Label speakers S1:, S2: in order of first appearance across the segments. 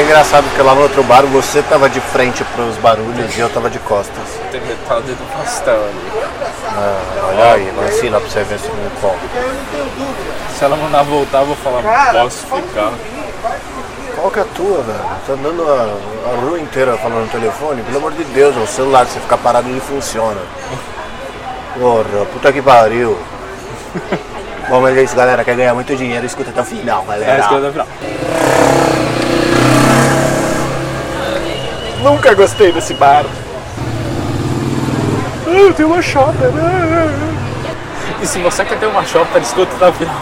S1: É engraçado porque lá no outro bar você tava de frente pros barulhos e eu tava de costas.
S2: Tem metade do pastel ali.
S1: Olha aí, vai ensinar pra você ver se não come.
S2: Se ela mandar voltar, eu vou falar, posso ficar.
S1: Qual que é a tua, velho? Tá andando a rua inteira falando no telefone? Pelo amor de Deus, o celular, se você ficar parado, ele funciona. Porra, puta que pariu. Bom, mas é isso, galera. Quer ganhar muito dinheiro, escuta até o final, galera.
S2: Escuta até o final.
S1: Nunca gostei desse bar. Tem uma shopper.
S2: E se você quer ter uma shopper, escuta até o final.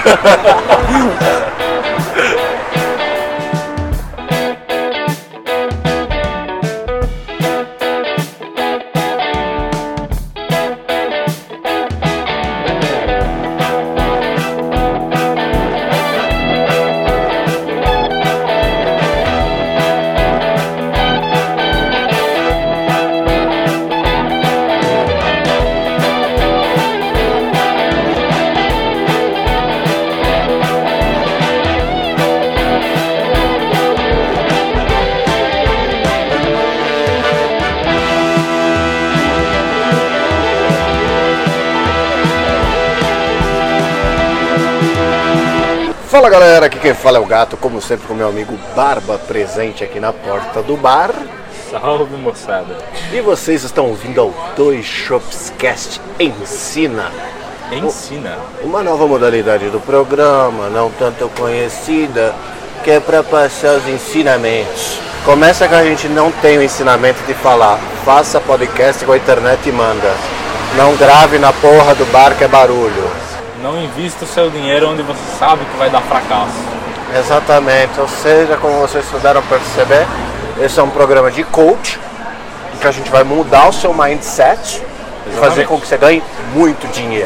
S1: Fala galera, aqui quem fala é o Gato, como sempre com meu amigo Barba presente aqui na porta do bar.
S2: Salve, moçada.
S1: E vocês estão ouvindo ao Dois Shops Cast Ensina.
S2: Ensina?
S1: Uma nova modalidade do programa, não tanto conhecida, que é para passar os ensinamentos. Começa que a gente não tem o ensinamento de falar, faça podcast com a internet e manda. Não grave na porra do bar que é barulho.
S2: Não invista o seu dinheiro onde você sabe que vai dar fracasso.
S1: Exatamente, ou seja, como vocês puderam perceber, esse é um programa de coach, em que a gente vai mudar o seu mindset e fazer com que você ganhe muito dinheiro.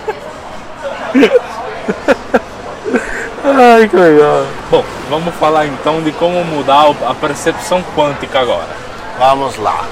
S2: Ai, que legal. Bom, vamos falar então de como mudar a percepção quântica agora.
S1: Vamos lá.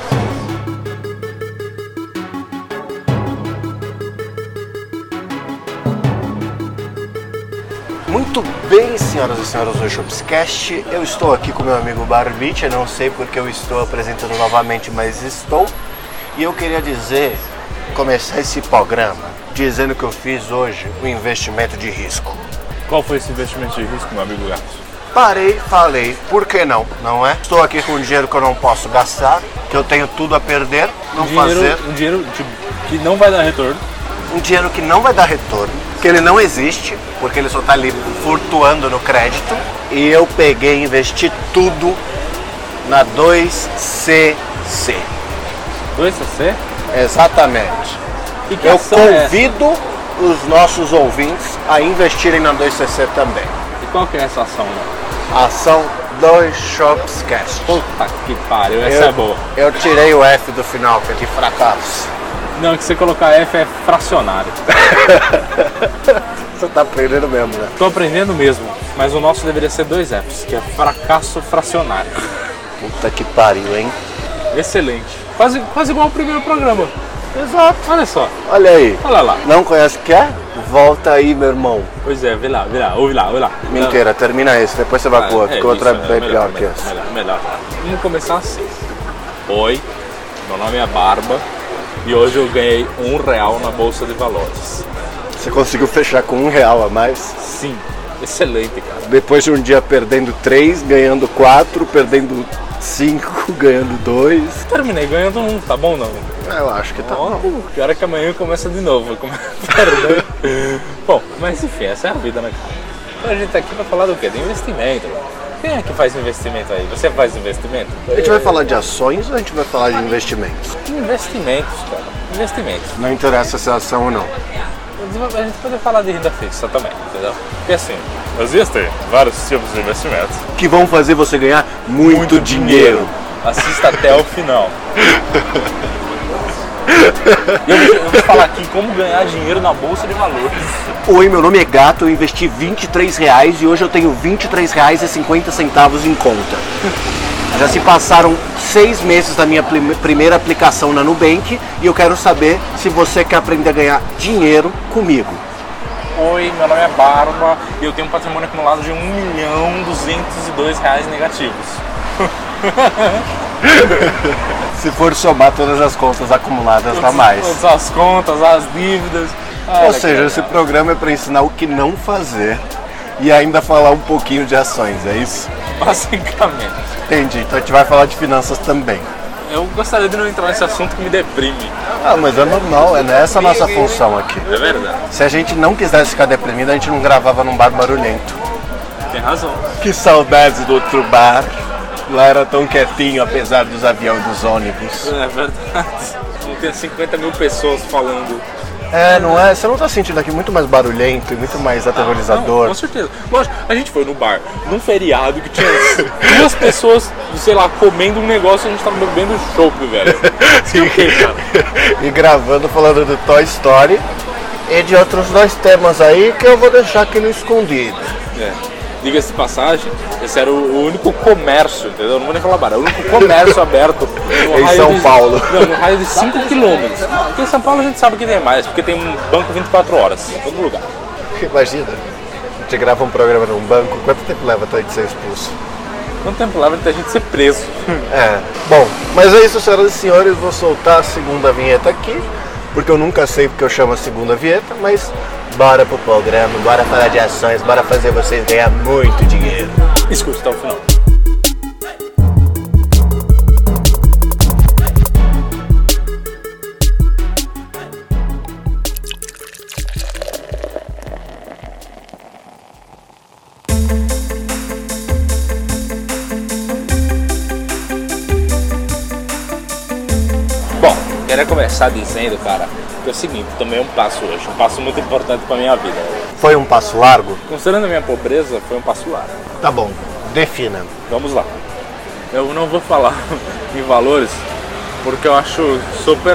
S1: Muito bem, senhoras e senhores do Shopscast, eu estou aqui com meu amigo Barbite, não sei porque eu estou apresentando novamente, mas estou. E eu queria começar esse programa, dizendo que eu fiz hoje um investimento de risco.
S2: Qual foi esse investimento de risco, meu amigo Gato?
S1: Parei, falei, por que não, não é? Estou aqui com dinheiro que eu não posso gastar, que eu tenho tudo a perder, não fazer...
S2: Um dinheiro que não vai dar retorno.
S1: Um dinheiro que não vai dar retorno, que ele não existe, porque ele só está ali flutuando no crédito. E eu peguei e investi tudo na 2CC.
S2: 2CC?
S1: Exatamente.
S2: E que
S1: eu
S2: ação é
S1: convido os nossos ouvintes a investirem na 2CC também.
S2: E qual que é essa ação, né?
S1: A ação Dois Shops Cast.
S2: Puta que pariu, essa é boa.
S1: Eu tirei o F do final, que é de fracasso.
S2: Não, que você colocar F é fracionário.
S1: Você tá aprendendo mesmo, né?
S2: Tô aprendendo mesmo, mas o nosso deveria ser 2 Fs, que é fracasso fracionário.
S1: Puta que pariu, hein?
S2: Excelente. Quase igual ao primeiro programa.
S1: Exato.
S2: Olha só.
S1: Olha aí.
S2: Olha lá.
S1: Não conhece o que é? Volta aí, meu irmão.
S2: Pois é, vê lá, ouve lá.
S1: Mentira, termina esse, depois você vai pro outro, que o outro é bem pior que esse.
S2: Melhor. Vamos começar assim. Oi, meu nome é Barba. E hoje eu ganhei R$1 na Bolsa de Valores.
S1: Você conseguiu fechar com R$1 a mais?
S2: Sim, excelente, cara.
S1: Depois de um dia perdendo 3, ganhando 4, perdendo 5, ganhando 2.
S2: Terminei ganhando 1, tá bom não?
S1: Eu acho que tá bom.
S2: Pior é que amanhã começa de novo. Perdão. Bom, mas enfim, essa é a vida, né, cara? Então a gente tá aqui pra falar do quê? De investimento. Quem é que faz investimento aí? Você faz investimento?
S1: A gente vai falar de ações ou a gente vai falar de investimentos?
S2: Investimentos, cara. Investimentos.
S1: Não interessa se é ação ou não.
S2: A gente pode falar de renda fixa também, entendeu? Porque assim, existem vários tipos de investimentos
S1: que vão fazer você ganhar muito dinheiro.
S2: Assista até o final. Eu vou falar aqui como ganhar dinheiro na Bolsa de Valores.
S1: Oi, meu nome é Gato, eu investi R$23 e hoje eu tenho R$23,50 em conta. Já se passaram 6 meses da minha primeira aplicação na Nubank e eu quero saber se você quer aprender a ganhar dinheiro comigo.
S2: Oi, meu nome é Barba e eu tenho um patrimônio acumulado de R$1.202 negativos.
S1: Se for somar todas as contas acumuladas, dá mais.
S2: Todas as contas, as dívidas.
S1: Ou seja, esse programa é para ensinar o que não fazer e ainda falar um pouquinho de ações, é isso?
S2: Basicamente.
S1: Entendi, então a gente vai falar de finanças também.
S2: Eu gostaria de não entrar nesse assunto que me deprime.
S1: Ah, mas é normal, é essa a nossa função aqui.
S2: É verdade.
S1: Se a gente não quisesse ficar deprimido, a gente não gravava num bar barulhento.
S2: Tem razão.
S1: Que saudades do outro bar. Lá era tão quietinho, apesar dos aviões e dos ônibus.
S2: É verdade. Não tem 50 mil pessoas falando.
S1: É, não é? Você não tá sentindo aqui muito mais barulhento e muito mais aterrorizador?
S2: Não, com certeza. Lógico, a gente foi no bar num feriado que tinha 2 pessoas, sei lá, comendo um negócio e a gente tava bebendo chopp, velho.
S1: E gravando, falando do Toy Story e de outros 2 temas aí que eu vou deixar aqui no escondido.
S2: É. Diga-se de passagem, esse era o único comércio, entendeu? Não vou nem falar bar, é o único comércio aberto
S1: em São Paulo.
S2: Não, no raio de 5 km. Porque em São Paulo a gente sabe que tem mais, porque tem um banco 24 horas em todo lugar.
S1: Imagina, a gente grava um programa num banco, quanto tempo leva até de ser expulso?
S2: Quanto tempo leva até a gente ser preso?
S1: É, bom, mas é isso, senhoras e senhores, vou soltar a segunda vinheta aqui, porque eu nunca sei porque eu chamo a segunda vinheta, mas bora pro programa, bora falar de ações, bora fazer vocês ganhar muito dinheiro.
S2: Escute até o final. Bom, queria começar dizendo, cara, que é o seguinte, tomei um passo hoje, um passo muito importante pra minha vida.
S1: Foi um passo largo?
S2: Considerando a minha pobreza, foi um passo largo.
S1: Tá bom, defina.
S2: Vamos lá. Eu não vou falar em valores, porque eu acho super...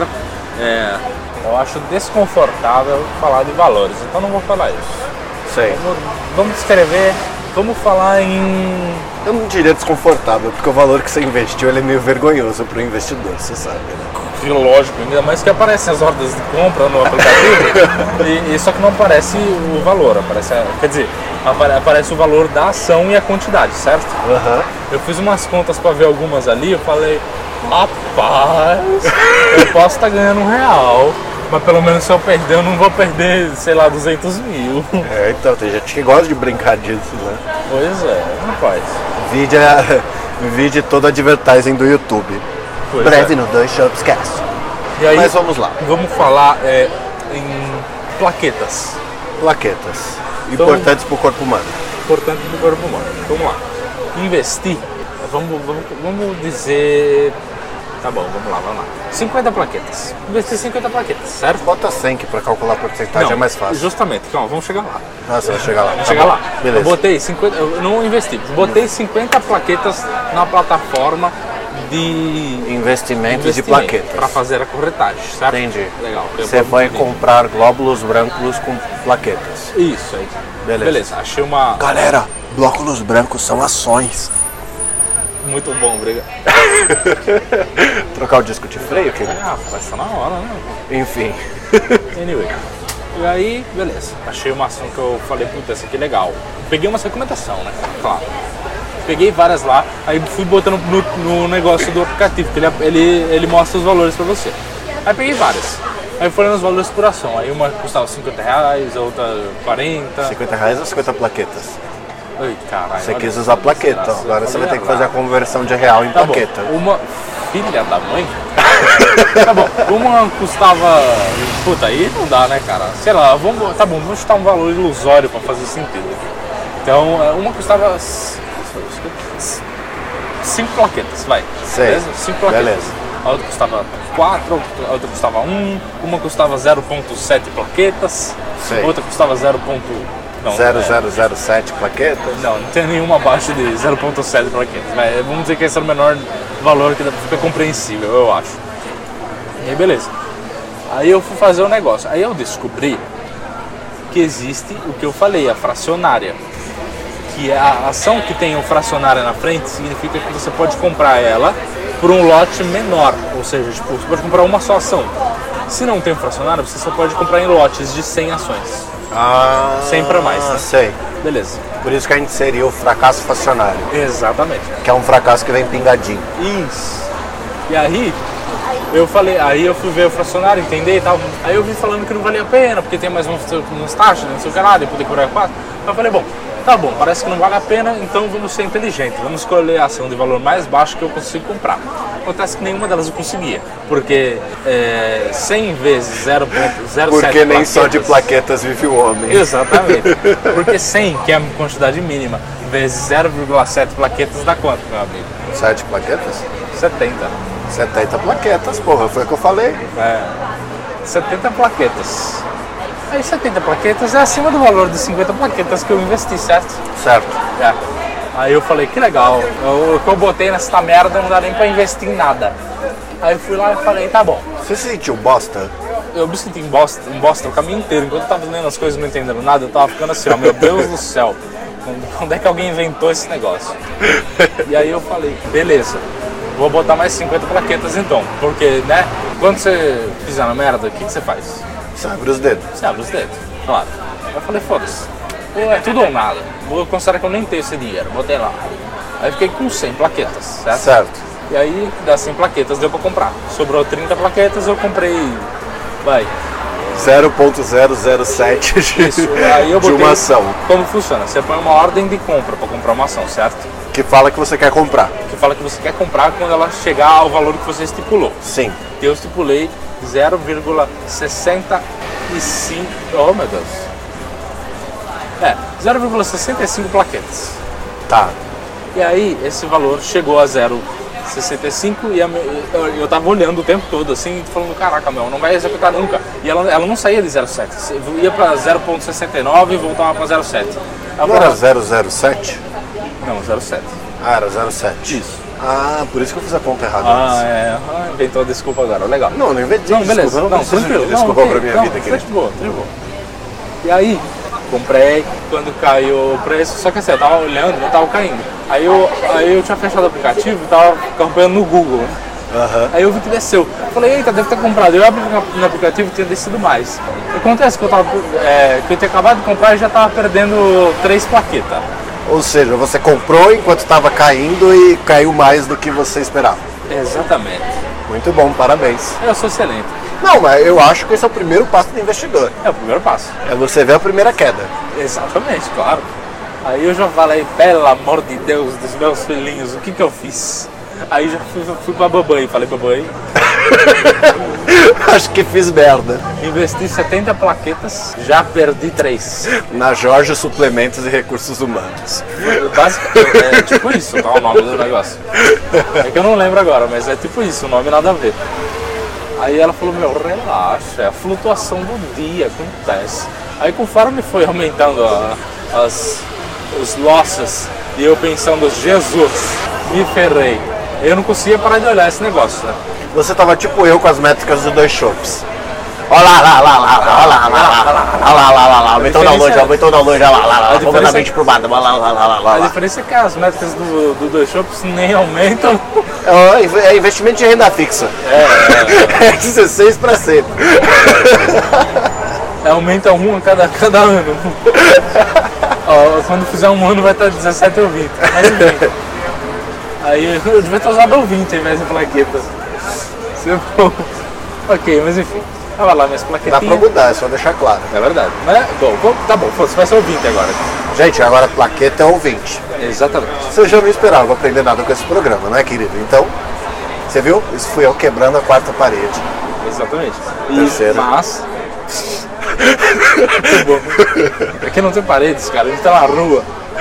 S2: eu acho desconfortável falar de valores, então não vou falar isso.
S1: Sei.
S2: Vamos descrever, vamos falar em...
S1: Eu não diria desconfortável, porque o valor que você investiu ele é meio vergonhoso pro investidor, você sabe, né?
S2: Lógico, ainda mais que aparecem as ordens de compra no aplicativo, e só que não aparece o valor, aparece o valor da ação e a quantidade, certo?
S1: Uhum.
S2: Eu fiz umas contas para ver algumas ali, eu falei, rapaz, eu posso estar ganhando R$1, mas pelo menos se eu perder, eu não vou perder, sei lá, 200 mil.
S1: É, então, tem gente que gosta de brincar disso, né?
S2: Pois é, rapaz.
S1: Vídeo todo advertising do YouTube.
S2: Pois
S1: Breve no 2 Shopscast.
S2: E aí,
S1: mas vamos lá.
S2: Vamos falar em plaquetas.
S1: Plaquetas.
S2: Então,
S1: importantes para o corpo humano.
S2: Importante para o corpo humano. Vamos lá. Investir. Vamos dizer... Tá bom, vamos lá. 50 plaquetas. Investir 50 plaquetas, certo?
S1: Bota 100 que para calcular a porcentagem é mais fácil.
S2: Justamente. Calma, vamos chegar lá.
S1: Nossa, vai chegar lá.
S2: Vamos chegar lá.
S1: Beleza.
S2: Eu botei 50... Eu não investi. Botei 50 plaquetas na plataforma de
S1: investimentos de plaquetas
S2: para fazer a corretagem, certo?
S1: Entendi.
S2: Legal.
S1: Você vai comprar glóbulos brancos com plaquetas.
S2: Isso aí. Beleza. Achei uma...
S1: Galera, glóbulos brancos são ações.
S2: Muito bom, obrigado.
S1: Trocar o disco de freio, querido?
S2: Vai estar na hora, né?
S1: Enfim.
S2: Anyway. E aí, beleza. Achei uma ação que eu falei, puta, essa aqui é legal. Peguei uma recomendação, né? Claro. Peguei várias lá, aí fui botando no negócio do aplicativo, que ele mostra os valores pra você. Aí peguei várias. Aí foram os valores por ação. Aí uma custava R$50, outra 40.
S1: R$50 ou 50 plaquetas?
S2: Ai, caralho.
S1: Você quis usar plaqueta, agora você vai ter que fazer a conversão de real em plaqueta.
S2: Bom. Uma filha da mãe? Tá bom, uma custava... Puta, aí não dá, né, cara? Sei lá, vamos chutar um valor ilusório pra fazer sentido aqui. Então, uma custava 5 plaquetas, vai.
S1: Beleza?
S2: 5 plaquetas.
S1: Beleza.
S2: A outra custava 4, a outra custava 1, uma custava 0.7 plaquetas,
S1: Sei.
S2: outra custava
S1: 0,007 plaquetas?
S2: Não tem nenhuma abaixo de 0.7 plaquetas. Mas vamos dizer que esse é o menor valor que fica compreensível, eu acho. E aí, beleza. Aí eu fui fazer o negócio. Aí eu descobri que existe o que eu falei, a fracionária. Que é a ação que tem o fracionária na frente significa que você pode comprar ela por um lote menor. Ou seja, tipo, você pode comprar uma só ação. Se não tem fracionária, você só pode comprar em lotes de 100 ações. Sempre a mais, né?
S1: Sei.
S2: Beleza.
S1: Por isso que a gente seria o fracasso fracionário.
S2: Exatamente.
S1: Que é um fracasso que vem pingadinho.
S2: Isso. E aí, eu fui ver o fracionário, entender e tal. Aí eu vi falando que não valia a pena, porque tem mais uns taxas, não sei o que lá, depois de cobrar 4. Eu falei, bom, tá bom, parece que não vale a pena, então vamos ser inteligentes. Vamos escolher a ação de valor mais baixo que eu consigo comprar. Acontece que nenhuma delas eu conseguia, porque 100 vezes 0,07
S1: Porque nem só de plaquetas vive o homem.
S2: Exatamente. Porque 100, que é a quantidade mínima, vezes 0,7 plaquetas dá quanto, meu amigo?
S1: 7 plaquetas?
S2: 70.
S1: 70 plaquetas, porra, foi o que eu falei.
S2: 70 plaquetas. Aí 70 plaquetas é acima do valor de 50 plaquetas que eu investi, certo?
S1: Certo.
S2: Aí eu falei, que legal, o que eu botei nessa merda não dá nem pra investir em nada. Aí eu fui lá e falei, tá bom.
S1: Você se sentiu bosta?
S2: Eu me senti em bosta o caminho inteiro. Enquanto eu tava lendo as coisas e não entendendo nada, eu tava ficando assim, ó, meu Deus do céu. Onde é que alguém inventou esse negócio? E aí eu falei, beleza, vou botar mais 50 plaquetas então. Porque, né, quando você fizer na merda, o que você faz?
S1: Você abre os dedos.
S2: Você abre os dedos, claro. Aí eu falei, foda-se, é tudo ou nada. Vou considerar que eu nem tenho esse dinheiro, botei lá. Aí fiquei com 100 plaquetas, certo?
S1: Certo.
S2: E aí, das 100 plaquetas deu pra comprar. Sobrou 30 plaquetas, eu comprei,
S1: 0,007
S2: isso. Aí eu
S1: de
S2: botei
S1: uma ação.
S2: Como funciona? Você põe uma ordem de compra pra comprar uma ação, certo?
S1: Que fala que você quer comprar.
S2: Que fala que você quer comprar quando ela chegar ao valor que você estipulou.
S1: Sim.
S2: Eu estipulei 0,65. Oh, meu Deus. 0,65 plaquetas.
S1: Tá.
S2: E aí, esse valor chegou a 0,65 e eu tava olhando o tempo todo, assim, falando, caraca, meu, não vai executar nunca. E ela não saía de 0,7. Ia pra 0,69 e voltava pra 0,7.
S1: Não era 007?
S2: Não, 0,7.
S1: Ah, era 07.
S2: Isso.
S1: Ah, por isso que eu fiz a conta errada.
S2: Inventou a desculpa agora, legal.
S1: Não inventei
S2: Não, beleza.
S1: desculpa, eu não preciso
S2: tranquilo.
S1: de desculpa pra minha vida aqui.
S2: Tá de boa. E aí, comprei, quando caiu o preço, só que assim, eu tava olhando, não tava caindo. Aí eu tinha fechado o aplicativo e tava acompanhando no Google, né? Aí eu vi que desceu. Falei, eita, deve ter comprado. Eu abri no aplicativo e tinha descido mais. Acontece que eu tinha acabado de comprar e já tava perdendo 3 plaquetas.
S1: Ou seja, você comprou enquanto estava caindo e caiu mais do que você esperava.
S2: Exatamente.
S1: Muito bom, parabéns.
S2: Eu sou excelente.
S1: Não, mas eu acho que esse é o primeiro passo do investidor.
S2: É o primeiro passo.
S1: É você ver a primeira queda.
S2: Exatamente, claro. Aí eu já falei, pelo amor de Deus, dos meus filhinhos, o que eu fiz? Aí já fui pra babãe, falei, babãe,
S1: Acho que fiz merda.
S2: investi 70 plaquetas, já perdi 3.
S1: Na Jorge Suplementos e Recursos Humanos.
S2: Basicamente, é tipo isso, tá o nome do negócio. É que eu não lembro agora, mas é tipo isso, o nome nada a ver. Aí ela falou, meu, relaxa, é a flutuação do dia, acontece. Aí conforme foi aumentando os losses, e eu pensando, Jesus, me ferrei. Eu não conseguia parar de olhar esse negócio, né?
S1: Você tava tipo eu com as métricas dos 2 shops. Olha lá, aumentou da loja, completamente por baixo,
S2: A diferença é que as métricas do 2 shops nem aumentam.
S1: É investimento de renda fixa. É 16 para sempre.
S2: Aumenta um a cada ano. Quando fizer um ano vai estar 17 ou 20. Mas enfim. Aí eu devia ter usado o 20 ao invés de plaquetas. Ok, mas enfim. Olha lá minhas plaquetinhas.
S1: Dá pra mudar, é só deixar claro.
S2: É verdade. Bom, tá bom, você vai ser o 20 agora.
S1: Gente, agora a plaqueta é o 20.
S2: Exatamente.
S1: Você já não esperava aprender nada com esse programa, não é, querido? Então, você viu? Isso fui eu quebrando a 4ª parede.
S2: Exatamente.
S1: Terceira.
S2: Mas... Muito bom. Aqui não tem paredes, cara, a gente tá na rua.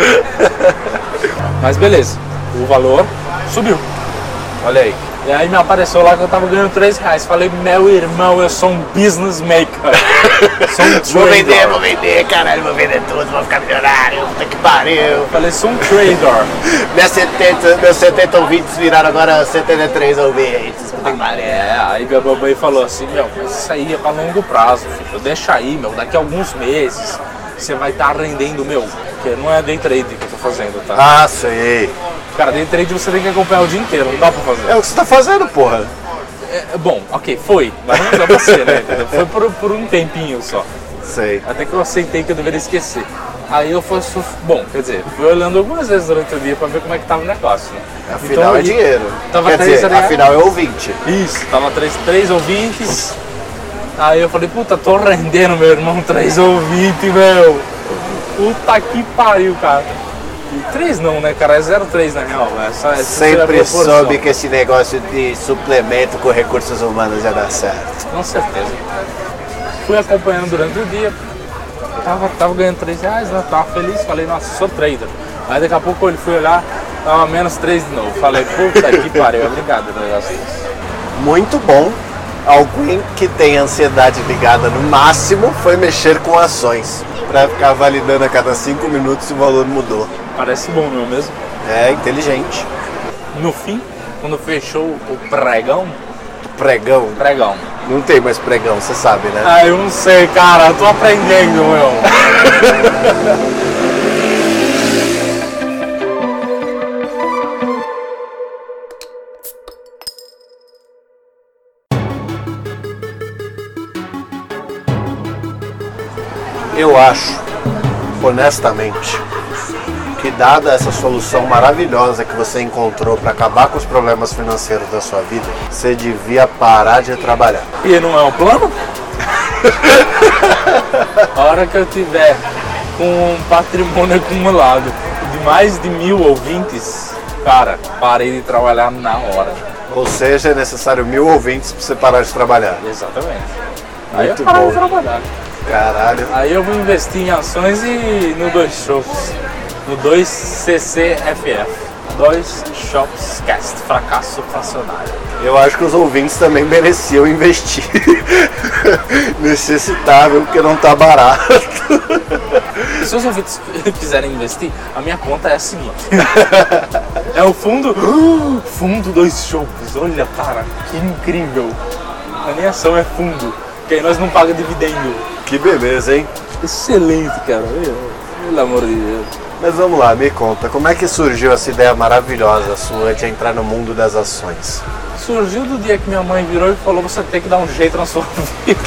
S2: Mas beleza, o valor subiu. Olha aí. E aí me apareceu lá que eu tava ganhando R$3. Falei, meu irmão, eu sou um business maker. Sou um trader.
S1: Vou vender, caralho, vou vender tudo, vou ficar milionário, puta que pariu.
S2: Falei, sou um trader.
S1: Meus 70 ouvintes viraram agora 73 ouvintes, puta que pariu.
S2: Aí minha mamãe falou assim, meu, mas isso aí é pra longo prazo, filho. Deixa aí, meu, daqui a alguns meses você vai estar rendendo, meu. Porque não é day trade que eu tô fazendo, tá?
S1: Ah, sei.
S2: Cara, day trade você tem que acompanhar o dia inteiro, não dá pra fazer.
S1: É o que você tá fazendo, porra.
S2: Bom, ok, foi, mas não dá pra ser, né? Foi por um tempinho só.
S1: Sei.
S2: Até que eu aceitei que eu deveria esquecer. Aí eu fui, fui olhando algumas vezes durante o dia pra ver como é que tava o negócio, né?
S1: Afinal
S2: então,
S1: é dinheiro.
S2: Tava
S1: Quer dizer,
S2: reais.
S1: afinal é ouvinte.
S2: Isso, tava 3 ouvintes. Aí eu falei, puta, tô rendendo, meu irmão, 3 ouvintes, meu. Puta que pariu, cara. E 3 não, né, cara? É 0,3 na real.
S1: Sempre soube que esse negócio de suplemento com recursos humanos ia dar certo.
S2: Com certeza. Fui acompanhando durante o dia. Tava ganhando 3 reais, né? Tava feliz, falei, nossa, sou trader. Aí daqui a pouco ele foi olhar, tava menos 3 de novo. Falei, puta que pariu, obrigado pelo negócio desse.
S1: Muito bom. Alguém que tem ansiedade ligada no máximo foi mexer com ações. Pra ficar validando a cada 5 minutos se o valor mudou.
S2: Parece bom, não é mesmo?
S1: É inteligente.
S2: No fim, quando fechou o pregão.
S1: Pregão?
S2: Pregão.
S1: Não tem mais pregão, você sabe, né?
S2: Ah, eu não sei, cara. Eu tô aprendendo, meu.
S1: Eu acho, honestamente, que dada essa solução maravilhosa que você encontrou para acabar com os problemas financeiros da sua vida, você devia parar de trabalhar.
S2: E não é um plano? A hora que eu tiver com um patrimônio acumulado de mais de 1000 ouvintes, cara, parei de trabalhar na hora.
S1: Ou seja, é necessário 1000 ouvintes para você parar de trabalhar.
S2: Exatamente. Aí
S1: Muito
S2: eu parei
S1: bom.
S2: de trabalhar.
S1: Caralho.
S2: Aí eu vou investir em ações e no 2 shows. No 2CCFF. 2 Shops Cast. Fracasso fracionário.
S1: Eu acho que os ouvintes também mereciam investir. Necessitável, porque não tá barato.
S2: Se os ouvintes quiserem investir, a minha conta é a seguinte. É o fundo... Fundo 2 Shows. Olha, cara, que incrível. A minha ação é fundo. Que aí nós não pagamos dividendo.
S1: Que beleza, hein?
S2: Excelente, cara. Pelo amor de Deus.
S1: Mas vamos lá, me conta, como é que surgiu essa ideia maravilhosa sua de entrar no mundo das ações?
S2: Surgiu do dia que minha mãe virou e falou, você tem que dar um jeito na sua vida.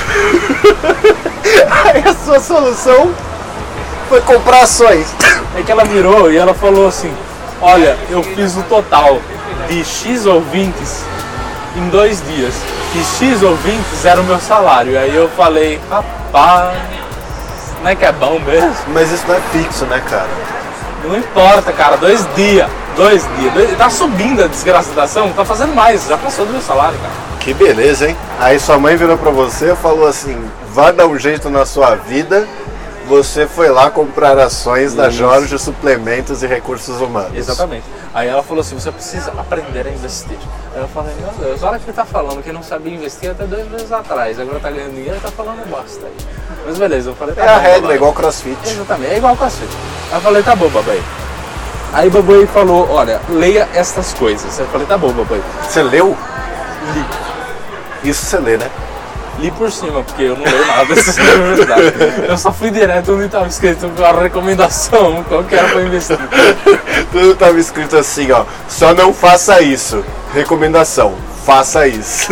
S1: Aí a sua solução foi comprar ações.
S2: É que ela virou e ela falou assim, olha, eu fiz o total de X ouvintes em 2 dias. E X ouvintes era o meu salário. Aí eu falei, rapaz, não é que é bom mesmo?
S1: Mas isso não é fixo, né, cara?
S2: Não importa, cara, 2 dias. Tá subindo a desgraça da ação, tá fazendo mais, já passou do meu salário, cara.
S1: Que beleza, hein? Aí sua mãe virou pra você e falou assim, vai dar um jeito na sua vida. Você foi lá comprar ações da Jorge Suplementos e Recursos Humanos.
S2: Exatamente. Aí ela falou assim, você precisa aprender a investir. Aí eu falei, meu Deus, olha que ele tá falando que não sabia investir até 2 meses atrás. Agora tá ganhando dinheiro e tá falando bosta aí. Mas beleza, eu falei, tá
S1: é
S2: bom,
S1: a regra,
S2: babai.
S1: é igual crossfit.
S2: Exatamente, é igual crossfit. Aí eu falei, tá bom, babai. Aí o babai falou, olha, leia estas coisas. Aí eu falei, tá bom, babai.
S1: Você leu?
S2: Li.
S1: Isso você lê, né?
S2: Li por cima, porque eu não leio nada, isso é verdade. Eu só fui direto onde estava escrito a recomendação, qual que era para investir.
S1: Tudo estava escrito assim, ó, só não faça isso. Recomendação, faça isso.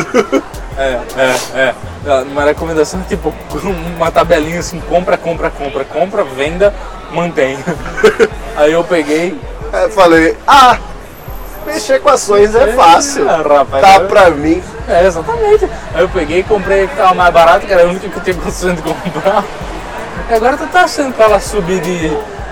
S2: Uma recomendação tipo uma tabelinha assim, compra, venda, mantém. Aí eu peguei.
S1: Aí eu falei, mexer com ações é fácil.
S2: Rapaz,
S1: tá pra mim.
S2: É, exatamente. Aí eu peguei e comprei o que tava mais barato, que era o único que eu tinha condição de comprar. E agora tu tá achando pra ela subir de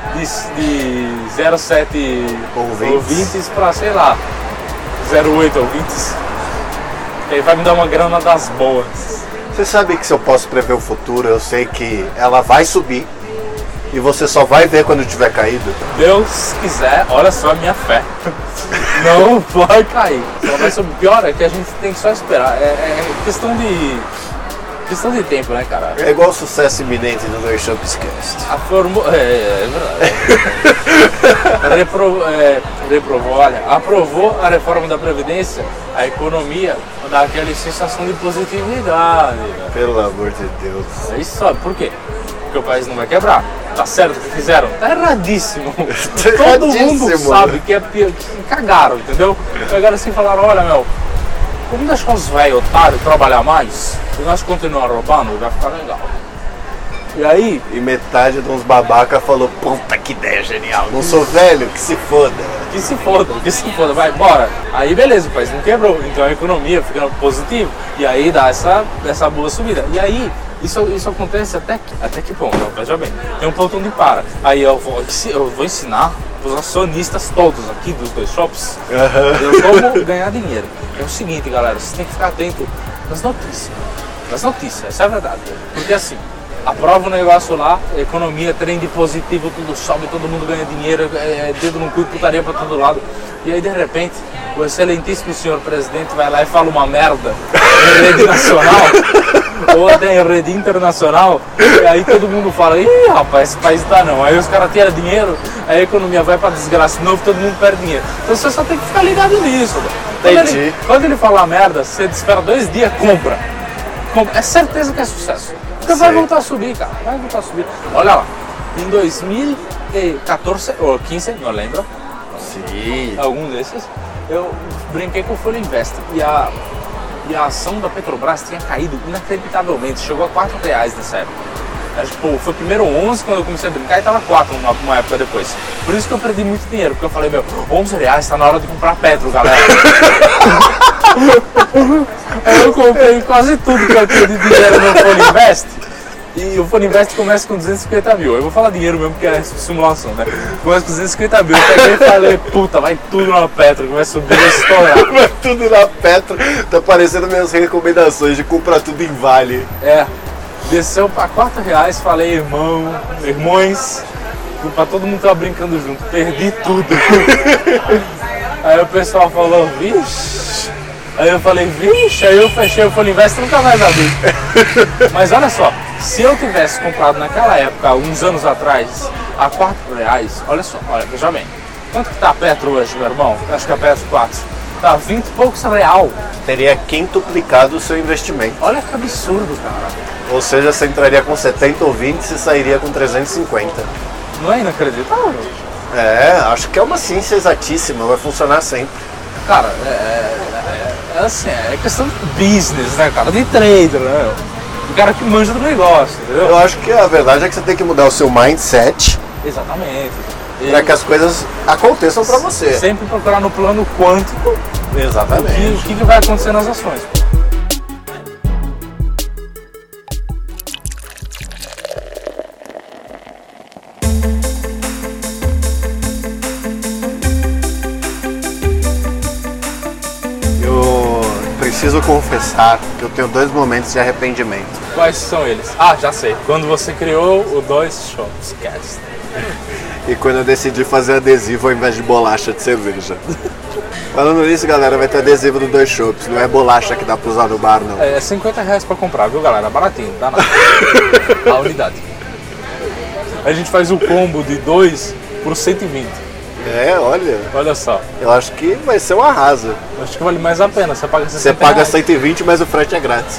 S2: 0,7 ouvintes pra, sei lá, 0,8 ouvintes. E aí vai me dar uma grana das boas.
S1: Você sabe que se eu posso prever o futuro, eu sei que ela vai subir e você só vai ver quando tiver caído.
S2: Deus quiser, olha só a minha fé. Não vai cair. Só vai subir. Pior é que a gente tem que só esperar. É questão de tempo, né, cara?
S1: É igual o sucesso iminente do Dois Shops Cast.
S2: A fórmula. É verdade. Reprovou, olha, aprovou a reforma da Previdência, a economia dá aquela sensação de positividade.
S1: Pelo amor de Deus.
S2: Aí sabe por quê? Porque o país não vai quebrar. Tá certo o que fizeram? Tá erradíssimo. Todo mundo sabe que que cagaram, entendeu? Pegaram assim e falaram, olha meu, vamos deixar os velhos otários trabalhar mais e nós continuar roubando, vai ficar legal. E aí,
S1: E metade de uns babaca falou, puta que ideia genial, não sou velho, que se foda.
S2: que se foda, vai, bora. Aí beleza, o país não quebrou, então a economia fica positiva. E aí dá essa boa subida. E aí, isso acontece até que ponto? Não, veja bem, tem um ponto onde para. Aí eu vou ensinar os acionistas todos aqui dos dois shops como ganhar dinheiro. É o seguinte, galera, vocês têm que ficar atento nas notícias. Nas notícias, essa é a verdade. Porque assim, aprova o negócio lá, economia, trend positivo, tudo sobe, todo mundo ganha dinheiro, dedo no cu e putaria pra todo lado. E aí de repente, o excelentíssimo senhor presidente vai lá e fala uma merda em rede nacional ou até em rede internacional, e aí todo mundo fala, ih rapaz, esse país tá não. Aí os caras tiram dinheiro, a economia vai pra desgraça de novo, todo mundo perde dinheiro. Então você só tem que ficar ligado nisso. Quando ele falar merda, você espera 2 dias, compra. É certeza que é sucesso. Porque vai voltar a subir, cara. Vai voltar a subir. Olha lá, em 2014 ou 15, não lembro.
S1: Sim.
S2: Algum desses, eu brinquei com o Folha Invest e a ação da Petrobras tinha caído inacreditavelmente, chegou a R$4 nessa época. Tipo, foi primeiro 11 quando eu comecei a brincar e tava 4 uma época depois. Por isso que eu perdi muito dinheiro, porque eu falei, meu, R$11, tá na hora de comprar Petro, galera. Aí eu comprei quase tudo que eu tinha de dinheiro no Folha Invest. E o Folha Invest começa com 250 mil. Eu vou falar dinheiro mesmo, porque é simulação, né? Começa com 250 mil. Eu peguei e falei, puta, vai tudo na Petro, que vai subir, vai estourar.
S1: Vai tudo na Petro. Tá parecendo minhas recomendações de comprar tudo em Vale.
S2: Desceu pra R$4, falei, irmãos, pra todo mundo tava brincando junto, perdi tudo. Aí o pessoal falou, vixe. Aí eu falei, vixe, aí eu fechei o Folha Invest e nunca mais abri. Mas olha só, se eu tivesse comprado naquela época, uns anos atrás, a R$4, olha só, veja bem. Quanto que tá a Petro hoje, meu irmão? Acho que a Petro 4. Tá 20 e poucos real.
S1: Teria quintuplicado o seu investimento.
S2: Olha que absurdo, cara.
S1: Ou seja, você entraria com 70 ou 20 e sairia com 350.
S2: Não é inacreditável?
S1: Acho que é uma ciência exatíssima, vai funcionar sempre.
S2: Cara, assim, é questão de business, né, cara? De trader, né? O cara que manja do negócio, entendeu?
S1: Eu acho que a verdade é que você tem que mudar o seu mindset.
S2: Exatamente.
S1: Para que as coisas aconteçam para você.
S2: Sempre procurar no plano quântico.
S1: Exatamente.
S2: O que vai acontecer nas ações.
S1: Preciso confessar que eu tenho 2 momentos de arrependimento.
S2: Quais são eles? Ah, já sei. Quando você criou o 2 Shops Cast.
S1: E quando eu decidi fazer adesivo ao invés de bolacha de cerveja. Falando nisso, galera, vai ter adesivo do 2 Shops. Não é bolacha que dá pra usar no bar, não.
S2: É R$50 pra comprar, viu, galera? Baratinho, dá nada. A unidade. A gente faz o combo de 2 por 120.
S1: Olha
S2: só.
S1: Eu acho que vai ser um arraso.
S2: Acho que vale mais a pena. Você paga 60
S1: Você paga 120, mas o frete é grátis.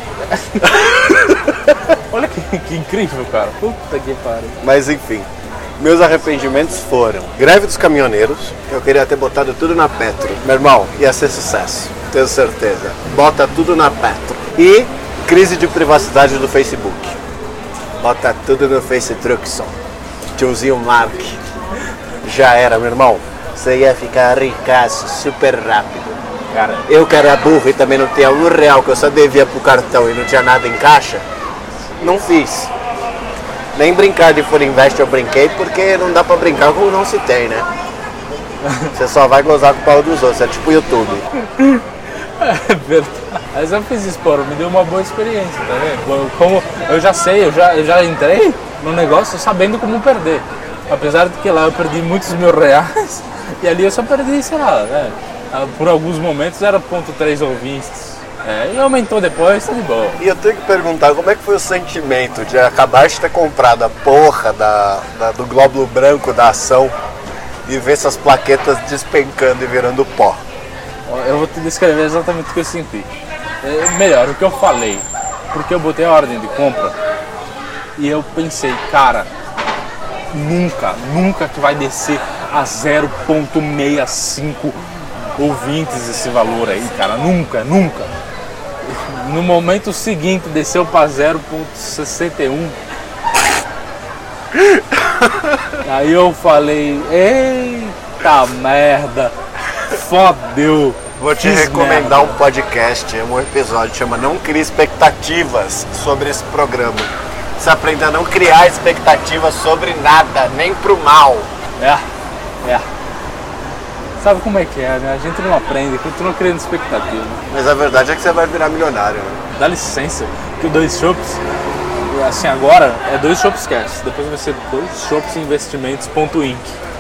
S2: Olha que incrível, cara. Puta que pariu.
S1: Mas enfim, meus arrependimentos foram greve dos caminhoneiros, que eu queria ter botado tudo na Petro. Meu irmão, ia ser sucesso, tenho certeza. Bota tudo na Petro. E crise de privacidade do Facebook. Bota tudo no FaceTruckson. Tiozinho Mark. Já era, meu irmão. Você ia ficar ricaço super rápido.
S2: Cara,
S1: eu que era burro e também não tinha R$1 que eu só devia pro cartão e não tinha nada em caixa, não fiz. Nem brincar de Folha Invest eu brinquei, porque não dá pra brincar com o não se tem, né? Você só vai gozar com o pau dos outros, é tipo o YouTube.
S2: É verdade. Mas eu fiz isso, pô, me deu uma boa experiência, tá vendo? Como eu já sei, eu já entrei no negócio sabendo como perder. Apesar de que lá eu perdi muitos R$1.000 e ali eu só perdi, sei lá, né? Por alguns momentos era 0,3 ou 20. E aumentou depois, tá de boa.
S1: E eu tenho que perguntar, como é que foi o sentimento de acabar de ter comprado a porra do glóbulo branco da ação e ver essas plaquetas despencando e virando pó?
S2: Eu vou te descrever exatamente o que eu senti. Melhor, o que eu falei. Porque eu botei a ordem de compra e eu pensei, cara, nunca que vai descer a 0,65 ou 20 esse valor aí, cara, nunca. No momento seguinte desceu para 0,61. Aí eu falei, eita merda, fodeu.
S1: Vou te recomendar um podcast, um episódio que chama Não Crie Expectativas sobre esse programa. Você aprende a não criar expectativas sobre nada, nem pro mal.
S2: É. Sabe como é que é, né? A gente não aprende, continua criando expectativa.
S1: Mas a verdade é que você vai virar milionário, né?
S2: Dá licença, que o Dois Shops, assim, agora é Dois Shops Cast, depois vai ser Dois Shops Investimentos.inc.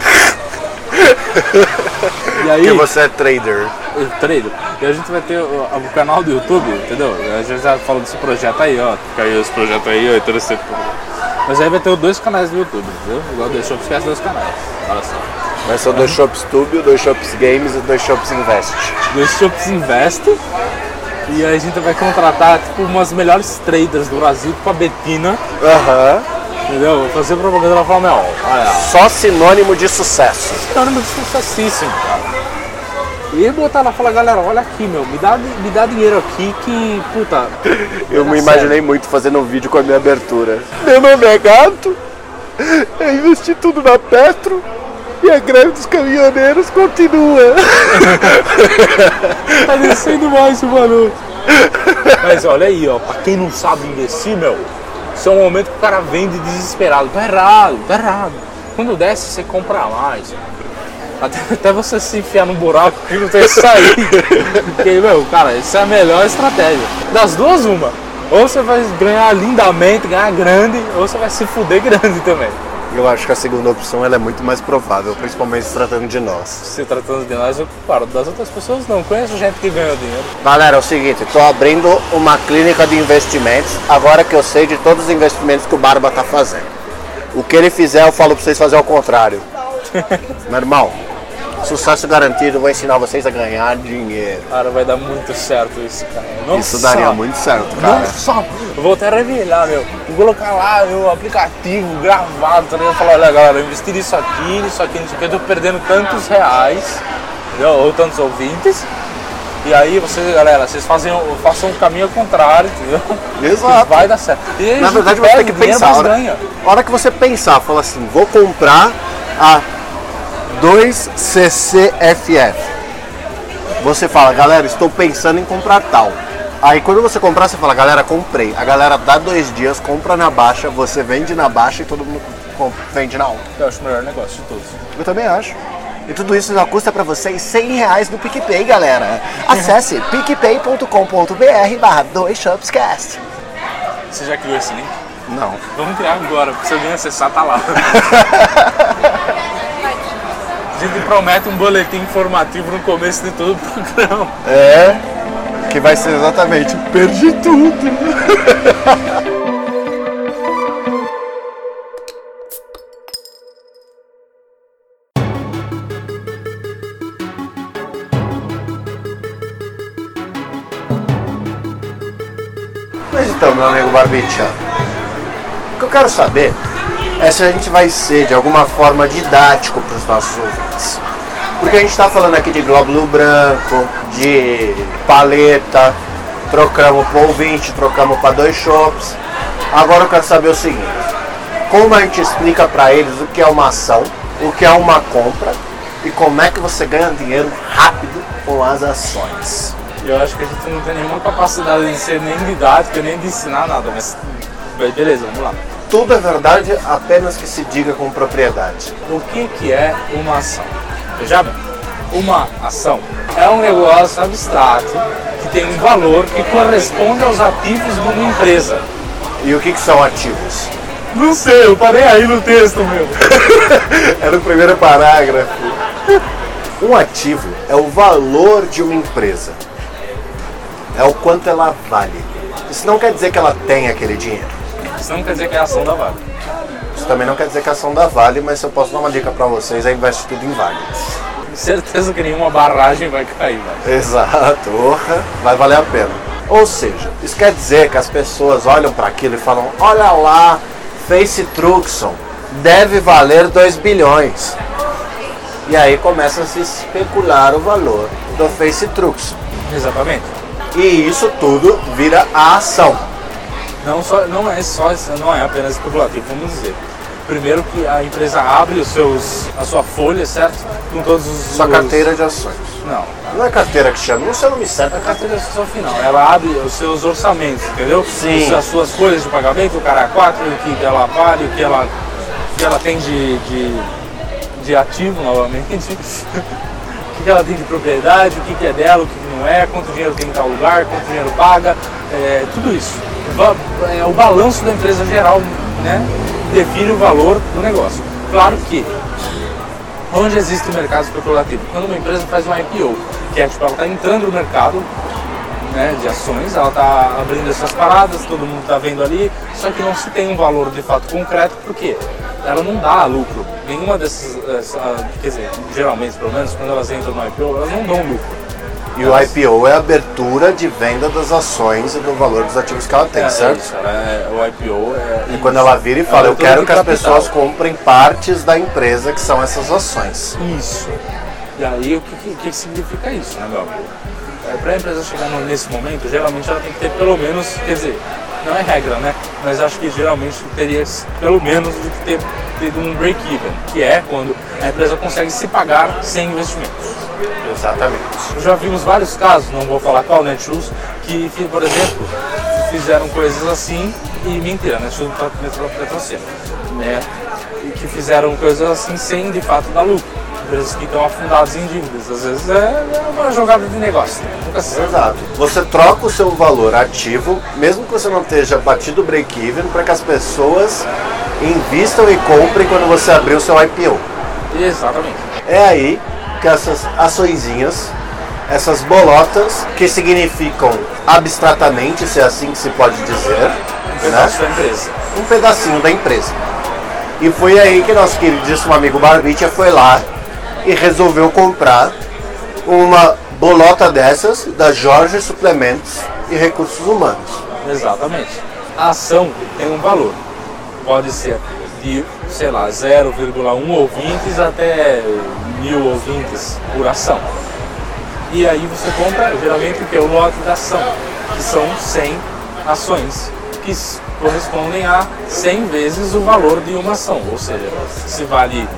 S2: E aí,
S1: porque você é trader.
S2: Trader. E a gente vai ter o canal do YouTube, entendeu? A gente já falou desse projeto aí, ó. Fica aí esse projeto aí, ó, interessante. Mas aí vai ter 2 canais do YouTube, entendeu? Igual Dois Shops Cast, 2 canais. Olha só.
S1: Vai ser o Dois Shops Tube, o Dois Shops Games e o Dois Shops Invest.
S2: Dois Shops Invest. E aí a gente vai contratar tipo umas melhores traders do Brasil, tipo a Betina. Entendeu? Vou fazer propaganda lá e falar, meu, olha.
S1: Só sinônimo de sucesso.
S2: Sinônimo de sucessíssimo, cara. E botar lá e falar, galera, olha aqui, meu, me dá dinheiro aqui que, puta.
S1: Eu me imaginei muito fazendo um vídeo com a minha abertura. Meu nome é Gato, eu investi tudo na Petro e a greve dos caminhoneiros continua.
S2: Tá descendo mais o valor. Mas olha aí, ó, pra quem não sabe investir, meu, isso é um momento que o cara vende desesperado. Tá errado. Quando desce, você compra mais. Até você se enfiar num buraco que não tem que sair. Porque, meu, cara, essa é a melhor estratégia. Das duas, uma. Ou você vai ganhar lindamente, ganhar grande, ou você vai se fuder grande também.
S1: Eu acho que a segunda opção ela é muito mais provável, principalmente se tratando de nós.
S2: Se tratando de nós, eu paro. Das outras pessoas não. Conheço gente que ganhou dinheiro.
S1: Galera, é o seguinte, estou abrindo uma clínica de investimentos, agora que eu sei de todos os investimentos que o Barba tá fazendo. O que ele fizer, eu falo pra vocês fazer ao contrário. Meu irmão, sucesso garantido, vou ensinar vocês a ganhar dinheiro.
S2: Cara, vai dar muito certo isso, cara. Nossa,
S1: isso daria muito certo, cara.
S2: Nossa, eu vou até revelar, meu. Vou colocar lá meu aplicativo gravado, tá ligado? Falar, olha galera, eu investi nisso aqui, eu tô perdendo tantos reais, entendeu? Ou tantos ouvintes. E aí vocês, galera, vocês façam o caminho contrário, entendeu?
S1: Exato.
S2: Vai dar certo. E
S1: na verdade você tem que pensar, a hora que você pensar, fala assim, vou comprar a 2CCFF. Você fala, galera, estou pensando em comprar tal. Aí quando você comprar, você fala, galera, comprei. A galera dá 2 dias, compra na baixa, você vende na baixa e todo mundo vende na alta.
S2: Eu acho o melhor negócio de todos.
S1: Eu também acho. E tudo isso já custa pra vocês R$100 no PicPay, galera. Acesse picpay.com.br/2shopscast.
S2: Você já criou esse link?
S1: Não.
S2: Vamos criar agora, porque se alguém acessar, tá lá. A gente promete um boletim informativo no começo de todo o programa.
S1: É, que vai ser exatamente, perdi tudo. Mas então, meu amigo Barbicha, o que eu quero saber é se a gente vai ser de alguma forma didático para os nossos ouvintes. Porque a gente está falando aqui de glóbulo branco, de paleta, trocamos para ouvinte, trocamos para 2 shops. Agora eu quero saber o seguinte, como a gente explica para eles o que é uma ação, o que é uma compra e como é que você ganha dinheiro rápido com as ações.
S2: Eu acho que a gente não tem nenhuma capacidade de ser nem didático, nem de ensinar nada, mas beleza, vamos lá.
S1: Tudo é verdade, apenas que se diga com propriedade.
S2: O que é uma ação? Veja bem, uma ação é um negócio abstrato que tem um valor que corresponde aos ativos de uma empresa.
S1: E o que são ativos?
S2: Não sei, eu parei aí no texto, meu.
S1: Era o primeiro parágrafo. Um ativo é o valor de uma empresa. É o quanto ela vale. Isso não quer dizer que ela tem aquele dinheiro.
S2: Isso não quer dizer que é a ação da Vale.
S1: Isso também não quer dizer que a ação da Vale, mas eu posso dar uma dica pra vocês, é investir tudo em Vale.
S2: Certeza que nenhuma barragem vai cair, velho.
S1: Exato, vai valer a pena. Ou seja, isso quer dizer que as pessoas olham para aquilo e falam, olha lá, Face Truxon deve valer 2 bilhões. E aí começa a se especular o valor do Face Truxon.
S2: Exatamente.
S1: E isso tudo vira a ação.
S2: Não é apenas especulativo, vamos dizer. primeiro que a empresa abre a sua folha, certo? Com todos os...
S1: Sua carteira de ações.
S2: Não
S1: é carteira que chama, não sei o nome certo.
S2: a carteira de ações final. Ela abre os seus orçamentos, entendeu?
S1: Sim.
S2: As suas folhas de pagamento, o cara 4, o que ela vale, o que ela tem de ativo, novamente. O que ela tem de propriedade, o que é dela, o que não é, quanto dinheiro tem em tal lugar, quanto dinheiro paga, tudo isso. O balanço da empresa geral, né, define o valor do negócio. Claro que, onde existe o mercado especulativo? Quando uma empresa faz um IPO, que é tipo, ela está entrando no mercado, né, de ações, ela está abrindo essas paradas, todo mundo está vendo ali, só que não se tem um valor de fato concreto, porque ela não dá lucro. Nenhuma dessas, quer dizer, geralmente pelo menos, quando elas entram no IPO, elas não dão lucro.
S1: E o IPO é a abertura de venda das ações e do valor dos ativos que ela tem, certo?
S2: Isso, o IPO é...
S1: E quando ela vira e fala, eu quero que as pessoas comprem partes da empresa que são essas ações.
S2: Isso. E aí, o que significa isso, né, meu amigo? Para a empresa chegar nesse momento, geralmente ela tem que ter pelo menos, quer dizer, não é regra, né? Mas acho que geralmente teria pelo menos de ter tido um break-even, que é quando a empresa consegue se pagar sem investimentos.
S1: Exatamente.
S2: Já vimos vários casos, não vou falar qual, Netshoes, que, por exemplo, fizeram coisas assim, e mentira, Netshoes não está Petroceno, né? E que fizeram coisas assim sem de fato dar lucro. Empresas que estão afundadas em dívidas, às vezes é uma jogada de negócio, né? Nunca se sabe.
S1: Exato. Você troca o seu valor ativo, mesmo que você não esteja batido o break-even, para que as pessoas invistam e comprem quando você abrir o seu IPO.
S2: Exatamente.
S1: É aí que essas açõezinhas, essas bolotas, que significam abstratamente, se é assim que se pode dizer,
S2: Um pedaço da empresa.
S1: Um pedacinho da empresa. E foi aí que nosso queridíssimo amigo Barbicha foi lá e resolveu comprar uma bolota dessas da Jorge Suplementos e Recursos Humanos.
S2: Exatamente. A ação tem um valor. Pode ser de, sei lá, 0,1 ouvintes até 1000 ouvintes por ação. E aí você compra geralmente o que é o lote da ação, que são 100 ações, que correspondem a 100 vezes o valor de uma ação. Ou seja, se vale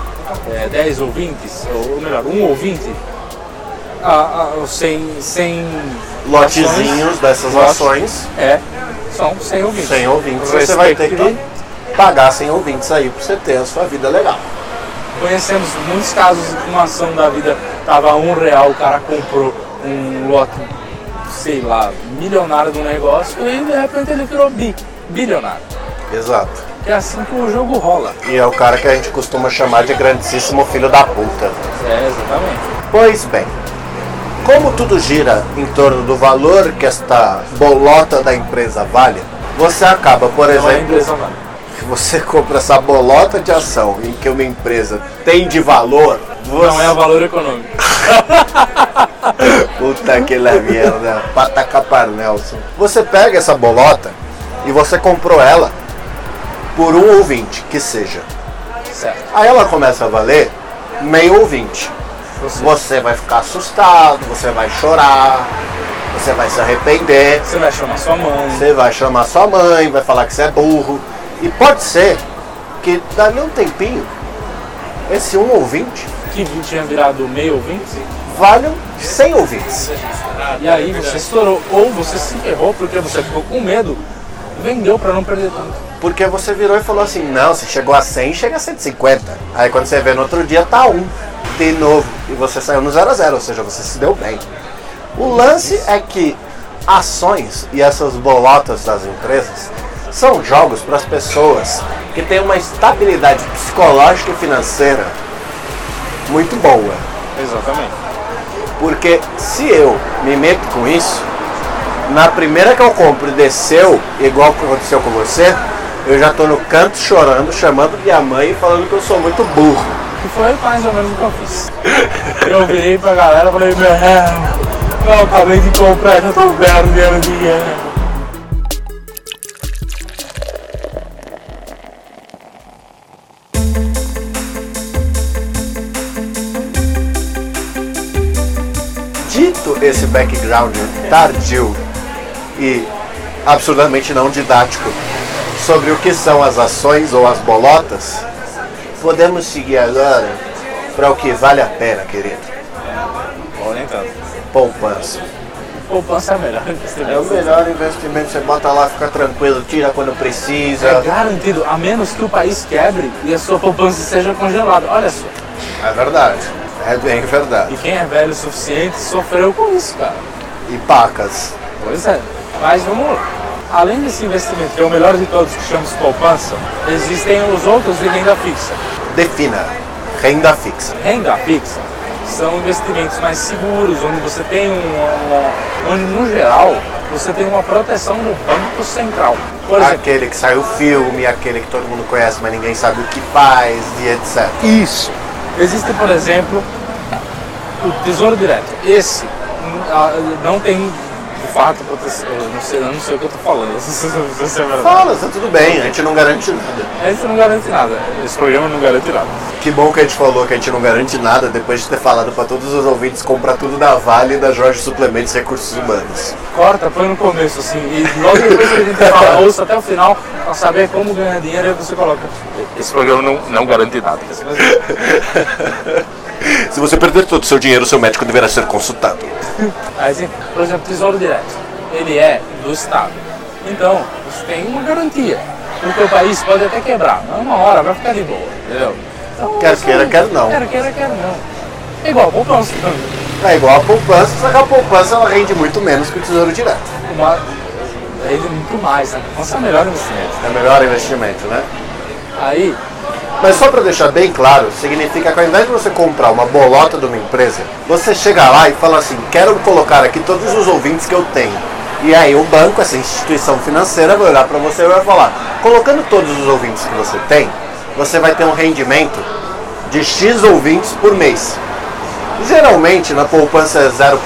S2: 10 ouvintes, ou melhor, 1 ouvinte, 100
S1: lotezinhos ações, dessas ações.
S2: São 100 ouvintes.
S1: 100 ouvintes. Você vai ter que pagar 100 ouvintes aí para você ter a sua vida legal.
S2: Conhecemos muitos casos de uma ação da vida estava a R$1, o cara comprou um lote, sei lá, milionário do negócio e de repente ele virou bilionário.
S1: Exato.
S2: É assim que o jogo rola.
S1: E é o cara que a gente costuma chamar de grandíssimo filho da puta.
S2: Exatamente.
S1: Pois bem, como tudo gira em torno do valor que esta bolota da empresa vale, você acaba, por exemplo, você compra essa bolota de ação em que uma empresa tem de valor,
S2: não é o valor econômico.
S1: Puta que la merda, patacapar Nelson. Você pega essa bolota e você comprou ela por 1 ouvinte, que seja.
S2: Certo.
S1: Aí ela começa a valer meio ouvinte. Você vai ficar assustado, você vai chorar, você vai se arrepender.
S2: Você vai chamar sua mãe.
S1: Você vai chamar sua mãe, vai falar que você é burro. E pode ser que dali um tempinho, esse 1 ouvinte,
S2: que tinha virado meio ouvinte,
S1: valham 100 ouvintes.
S2: E aí você estourou, ou você se ferrou porque você ficou com medo, vendeu para não perder tanto.
S1: Porque você virou e falou assim, não, se chegou a 100, chega a 150. Aí quando você vê no outro dia, tá 1 de novo. E você saiu no 0 a 0, ou seja, você se deu bem. O lance é que ações e essas bolotas das empresas são jogos para as pessoas que têm uma estabilidade psicológica e financeira muito boa.
S2: Exatamente.
S1: Porque se eu me meto com isso, na primeira que eu compro e desceu, igual que aconteceu com você, eu já tô no canto chorando, chamando minha mãe e falando que eu sou muito burro.
S2: Que foi mais ou menos o que eu fiz. Eu virei pra galera e falei, eu acabei de comprar, já tô perdendo dinheiro.
S1: Dito esse background tardio e absurdamente não didático sobre o que são as ações ou as bolotas, podemos seguir agora para o que vale a pena, querido.
S2: Ou nem tanto.
S1: Poupança.
S2: Poupança é melhor investimento.
S1: É o melhor investimento, você bota lá, fica tranquilo, tira quando precisa.
S2: É garantido, a menos que o país quebre e a sua poupança seja congelada. Olha só.
S1: É verdade, é bem verdade.
S2: E quem é velho o suficiente sofreu com isso, cara.
S1: E pacas.
S2: Pois é. Mas vamos lá. Além desse investimento, que é o melhor de todos, que chamamos poupança, existem os outros de renda fixa.
S1: Defina. Renda fixa.
S2: Renda fixa são investimentos mais seguros, onde você tem onde no geral você tem uma proteção do Banco Central. Por exemplo,
S1: Aquele que sai o filme, aquele que todo mundo conhece, mas ninguém sabe o que faz e etc.
S2: isso. Existe, por exemplo, o Tesouro Direto. Esse não tem, de fato, proteção. Eu não sei o que eu estou falando. Não sei se é verdade.
S1: Fala, tá tudo bem, a gente não garante nada.
S2: A gente não garante nada. Esse programa não garante nada.
S1: Que bom que a gente falou que a gente não garante nada depois de ter falado para todos os ouvintes comprar tudo da Vale e da Jorge Suplementos e Recursos Humanos.
S2: Corta, põe no começo, assim, e logo depois que a gente fala, ouça até o final, para saber como ganhar dinheiro, aí você coloca. Esse programa não garante nada.
S1: Se você perder todo o seu dinheiro, seu médico deverá ser consultado.
S2: Aí, por exemplo, Tesouro Direto, ele é do Estado. Então, você tem uma garantia. Porque o país pode até quebrar, mas uma hora vai ficar de boa, entendeu? Então,
S1: Quer queira, quer não.
S2: Quer não. É igual a poupança.
S1: É igual a poupança, só que a poupança ela rende muito menos que o Tesouro Direto.
S2: Rende muito mais, né? Poupança é o melhor investimento.
S1: É o melhor investimento, né?
S2: Aí,
S1: Mas só para deixar bem claro, significa que ao invés de você comprar uma bolota de uma empresa, você chega lá e fala assim, quero colocar aqui todos os ouvintes que eu tenho. E aí o banco, essa instituição financeira, vai olhar para você e vai falar, colocando todos os ouvintes que você tem, você vai ter um rendimento de X ouvintes por mês. Geralmente na poupança é 0,5,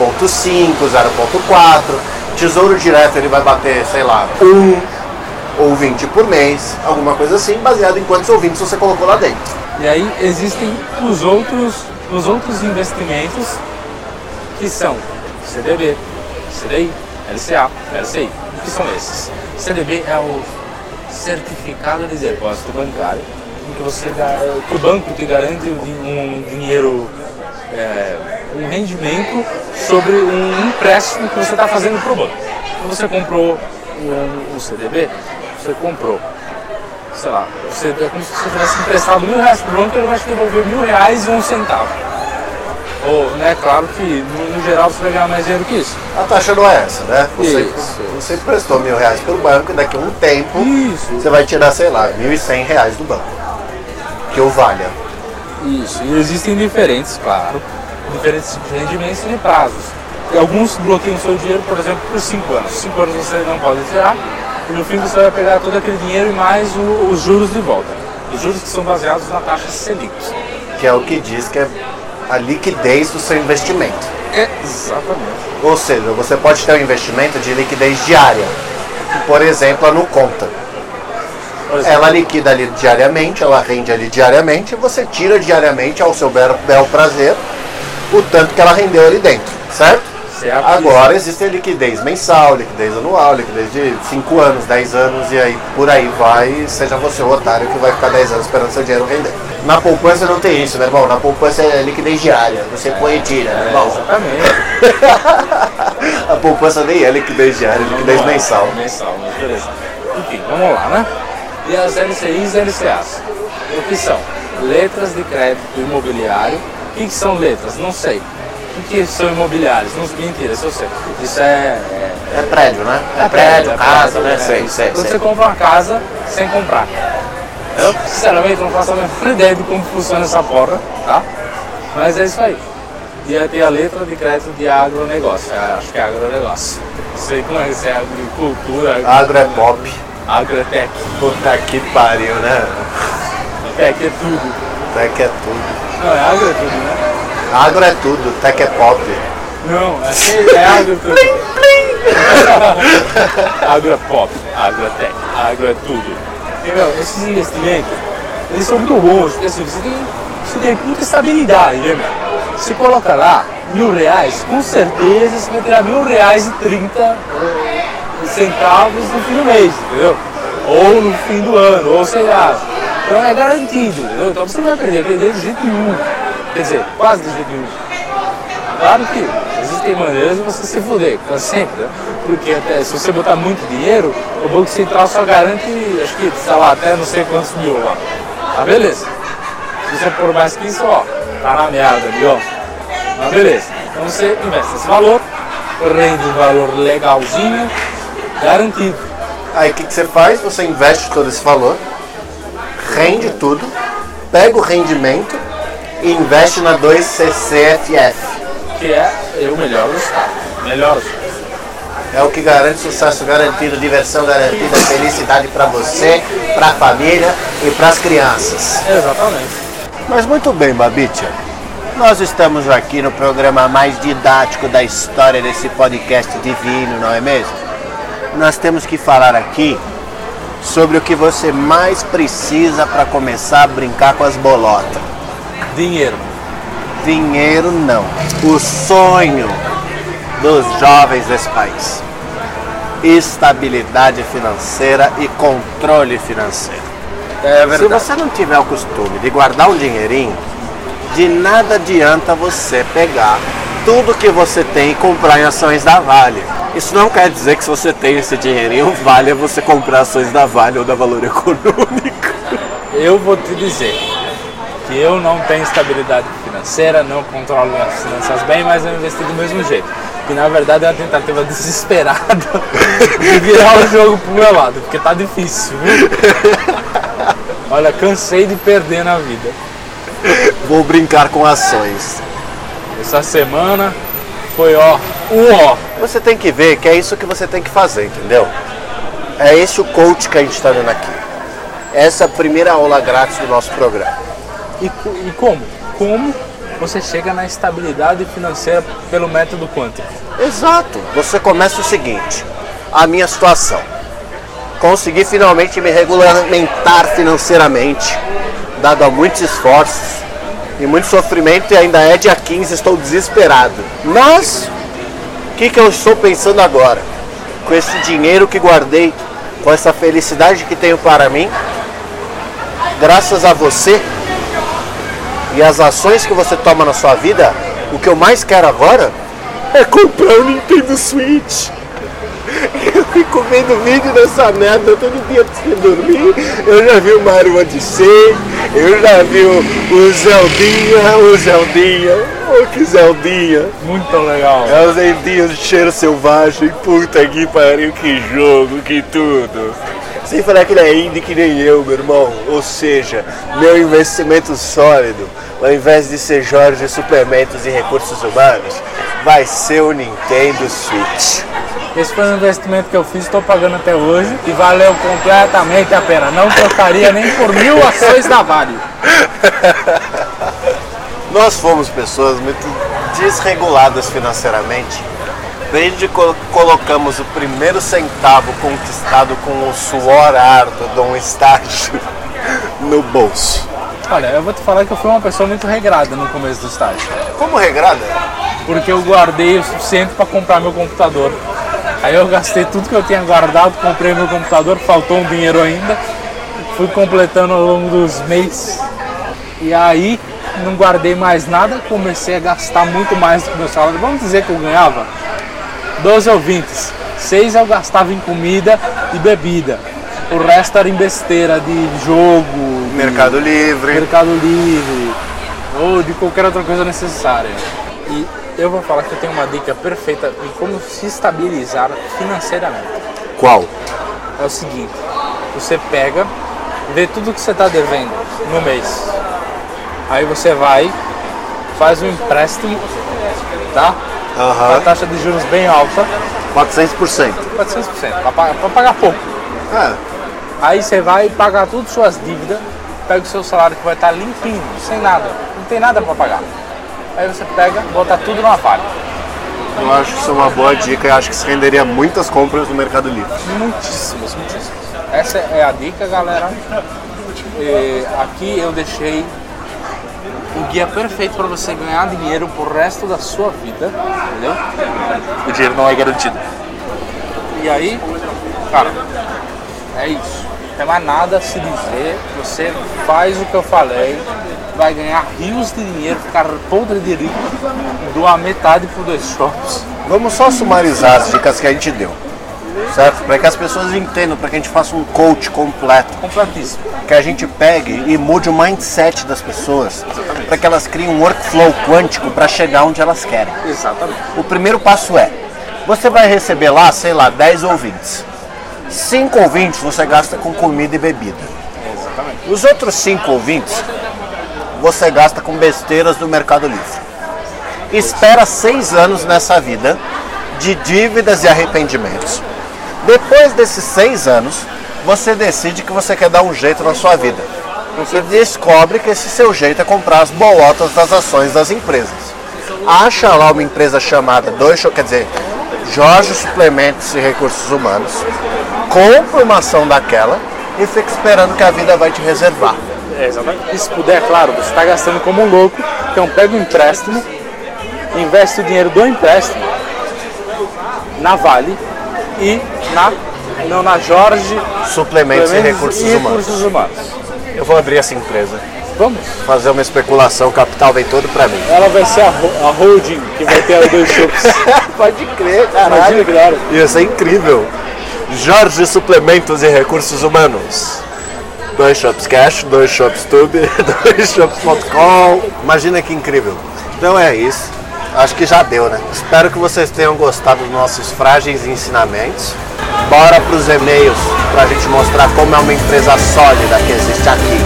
S1: 0,4, Tesouro Direto ele vai bater, sei lá, 1 ou 20 por mês, alguma coisa assim, baseado em quantos ouvintes você colocou lá dentro.
S2: e aí existem os outros investimentos que são CDB, CDI, LCA, LCI. O que são esses? CDB é o Certificado de Depósito Bancário, em que o banco te garante um dinheiro, um rendimento sobre um empréstimo que você está fazendo para o banco. Então você comprou um CDB, você comprou, sei lá, é como se você tivesse emprestado R$1.000 para o banco, ele vai te devolver R$1.000 e 1 centavo. Ou, né, claro que no geral você vai ganhar mais dinheiro que isso.
S1: A taxa não é essa, né?
S2: Isso.
S1: Você emprestou R$1.000 para o banco e daqui a um tempo você vai tirar, sei lá, R$1.100 do banco. Que o valha.
S2: Isso, e existem diferentes rendimentos e prazos. E alguns bloqueiam o seu dinheiro, por exemplo, por 5 anos. 5 anos você não pode tirar, e no fim você vai pegar todo aquele dinheiro e mais os juros de volta. Os juros que são baseados na taxa Selic.
S1: Que é o que diz que é a liquidez do seu investimento.
S2: Exatamente.
S1: Ou seja, você pode ter um investimento de liquidez diária. Por exemplo, a Nuconta. Ela liquida ali diariamente, ela rende ali diariamente, e você tira diariamente ao seu bel prazer o tanto que ela rendeu ali dentro, certo? Agora existe a liquidez mensal, liquidez anual, liquidez de 5 anos, 10 anos, e aí por aí vai, seja você o otário que vai ficar 10 anos esperando seu dinheiro render. Na poupança não tem isso, meu irmão, na poupança é liquidez diária, você põe e tira, meu irmão.
S2: Exatamente.
S1: A poupança nem é liquidez diária, é liquidez mensal.
S2: Mensal, mas beleza. Enfim, vamos lá, né? E as LCIs e LCAs? O que são? Letras de crédito imobiliário. O que são letras? Não sei. O que são imobiliários? Não, mentira, isso eu sei. Isso é
S1: prédio, né? É prédio, casa, né? Sei.
S2: Quando você compra uma casa sem comprar. Eu, sinceramente, não faço a menor ideia de como funciona essa porra, tá? Mas é isso aí. E tem a letra de crédito de agronegócio. Acho que é agronegócio. Não sei como é, se é agricultura.
S1: Agro é pop.
S2: Agro é tech.
S1: Puta que pariu, né?
S2: Tech é tudo.
S1: Tech é tudo.
S2: Não, é agro é tudo, né?
S1: Agro é tudo, tech é pop.
S2: Não, é agro tudo. Agro é pop, agro é tech, agro é tudo. E, meu, esses investimentos, eles são muito bons, porque assim, você tem muita estabilidade, né, meu? Você coloca lá R$1.000, com certeza você vai tirar R$1.030 no fim do mês, entendeu? ou no fim do ano, ou sei lá. Então é garantido, entendeu? Então você não vai perder de jeito nenhum. Quer dizer, quase de jeito nenhum. Claro que existem maneiras de você se fuder, sempre, né? Porque até se você botar muito dinheiro, o Banco Central só garante, acho que, sei lá, até não sei quantos mil lá. Tá beleza. Se você pôr mais que isso, ó, tá na merda, viu? Mas beleza. Então você investe esse valor, rende um valor legalzinho, garantido.
S1: Aí o que você faz? Você investe todo esse valor, rende tudo, pega o rendimento e investe na 2CCFF.
S2: Que é o melhor do estado. Melhor do estado.
S1: É o que garante sucesso garantido, diversão garantida, felicidade para você, para a família e para as crianças.
S2: Exatamente.
S1: Mas muito bem, Babicha. Nós estamos aqui no programa mais didático da história desse podcast divino, não é mesmo? Nós temos que falar aqui sobre o que você mais precisa para começar a brincar com as bolotas.
S2: Dinheiro.
S1: Dinheiro não. O sonho dos jovens desse país. Estabilidade financeira e controle financeiro.
S2: É verdade.
S1: Se você não tiver o costume de guardar um dinheirinho, de nada adianta você pegar tudo que você tem e comprar em ações da Vale. Isso não quer dizer que se você tem esse dinheirinho, vale você comprar ações da Vale ou da Valor Econômico.
S2: Eu vou te dizer que eu não tenho estabilidade financeira, não controlo minhas finanças bem, mas eu investi do mesmo jeito. Que na verdade é uma tentativa desesperada de virar o jogo pro meu lado, porque tá difícil, viu? Olha, cansei de perder na vida.
S1: Vou brincar com ações.
S2: Essa semana foi
S1: Você tem que ver que é isso que você tem que fazer, entendeu? É esse o coach que a gente está dando aqui. Essa é a primeira aula grátis do nosso programa.
S2: E como? Como você chega na estabilidade financeira pelo método quântico?
S1: Exato. Você começa o seguinte. A minha situação. Consegui finalmente me regulamentar financeiramente, dado a muitos esforços e muito sofrimento, e ainda é dia 15, estou desesperado. Mas, o que eu estou pensando agora? Com esse dinheiro que guardei, com essa felicidade que tenho para mim, graças a você e as ações que você toma na sua vida, o que eu mais quero agora é comprar um Nintendo Switch. Eu fico vendo vídeo dessa merda todo dia antes de dormir. Eu já vi o Mario Odyssey, eu já vi o Zeldinha. Oh, que Zeldinha.
S2: Muito legal.
S1: É o Zeldinha de cheiro selvagem. Puta que pariu, que jogo, que tudo. Sem falar que ele é indie que nem eu, meu irmão. Ou seja, meu investimento sólido, ao invés de ser Jorge Suplementos e Recursos Humanos, vai ser o Nintendo Switch.
S2: Esse foi um investimento que eu fiz, estou pagando até hoje e valeu completamente a pena. Não trocaria nem por 1000 ações da Vale.
S1: Nós fomos pessoas muito desreguladas financeiramente. Desde que colocamos o primeiro centavo conquistado com o suor árduo de um estágio no bolso.
S2: Olha, eu vou te falar que eu fui uma pessoa muito regrada no começo do estágio.
S1: Como regrada?
S2: Porque eu guardei o suficiente para comprar meu computador. Aí eu gastei tudo que eu tinha guardado, comprei meu computador, faltou um dinheiro ainda. Fui completando ao longo dos meses. E aí não guardei mais nada, comecei a gastar muito mais do que o meu salário. Vamos dizer que eu ganhava 12 ouvintes, 6 eu gastava em comida e bebida. O resto era em besteira de jogo,
S1: Mercado Livre
S2: ou de qualquer outra coisa necessária. E eu vou falar que eu tenho uma dica perfeita em como se estabilizar financeiramente.
S1: Qual?
S2: É o seguinte, você pega, vê tudo que você está devendo no mês. Aí você vai, faz um empréstimo, tá? Com a taxa de juros bem alta.
S1: 400%.
S2: 400%, para pagar pouco. Aí você vai pagar todas as suas dívidas, pega o seu salário que vai estar limpinho, sem nada, não tem nada para pagar. Aí você pega, bota tudo numa palha.
S1: Eu acho que isso é uma boa dica e acho que isso renderia muitas compras no Mercado Livre.
S2: Muitíssimas. Essa é a dica, galera. Aqui eu deixei o guia perfeito para você ganhar dinheiro pro resto da sua vida, entendeu? O dinheiro não é garantido. E aí, cara, é isso. tem mais nada a se dizer. Você faz o que eu falei, vai ganhar rios de dinheiro, ficar podre de rico, doar metade pro The Shops.
S1: Vamos só sumarizar as dicas que a gente deu, certo? Para que as pessoas entendam, para que a gente faça um coach completo.
S2: Completíssimo.
S1: Que a gente pegue e mude o mindset das pessoas, para que elas criem um workflow quântico para chegar onde elas querem.
S2: Exatamente.
S1: O primeiro passo é, você vai receber lá, sei lá, 10 ouvintes. 5 ouvintes você gasta com comida e bebida.
S2: Exatamente.
S1: Os outros 5 ouvintes você gasta com besteiras do Mercado Livre. Espera 6 anos nessa vida de dívidas e arrependimentos. Depois desses 6 anos, você decide que você quer dar um jeito na sua vida. Você descobre que esse seu jeito é comprar as bolotas das ações das empresas. Acha lá uma empresa chamada Jorge Suplementos e Recursos Humanos, compra uma ação daquela e fica esperando que a vida vai te reservar.
S2: Exatamente. E se puder, claro, você está gastando como um louco, então pega um empréstimo, investe o dinheiro do empréstimo na Vale e na Jorge
S1: Suplementos e Recursos Humanos. Eu vou abrir essa empresa.
S2: Vamos.
S1: Fazer uma especulação, o capital vem todo pra mim.
S2: Ela vai ser a holding que vai ter os 2 shops.
S1: Pode crer, caralho.
S2: Imagina que da hora.
S1: Ia ser incrível. Jorge Suplementos e Recursos Humanos. 2 shops cash, 2 shops tube, 2 shops.com. Imagina que incrível. Então é isso. Acho que já deu, né? Espero que vocês tenham gostado dos nossos frágeis ensinamentos. Bora pros e-mails pra gente mostrar como é uma empresa sólida que existe aqui.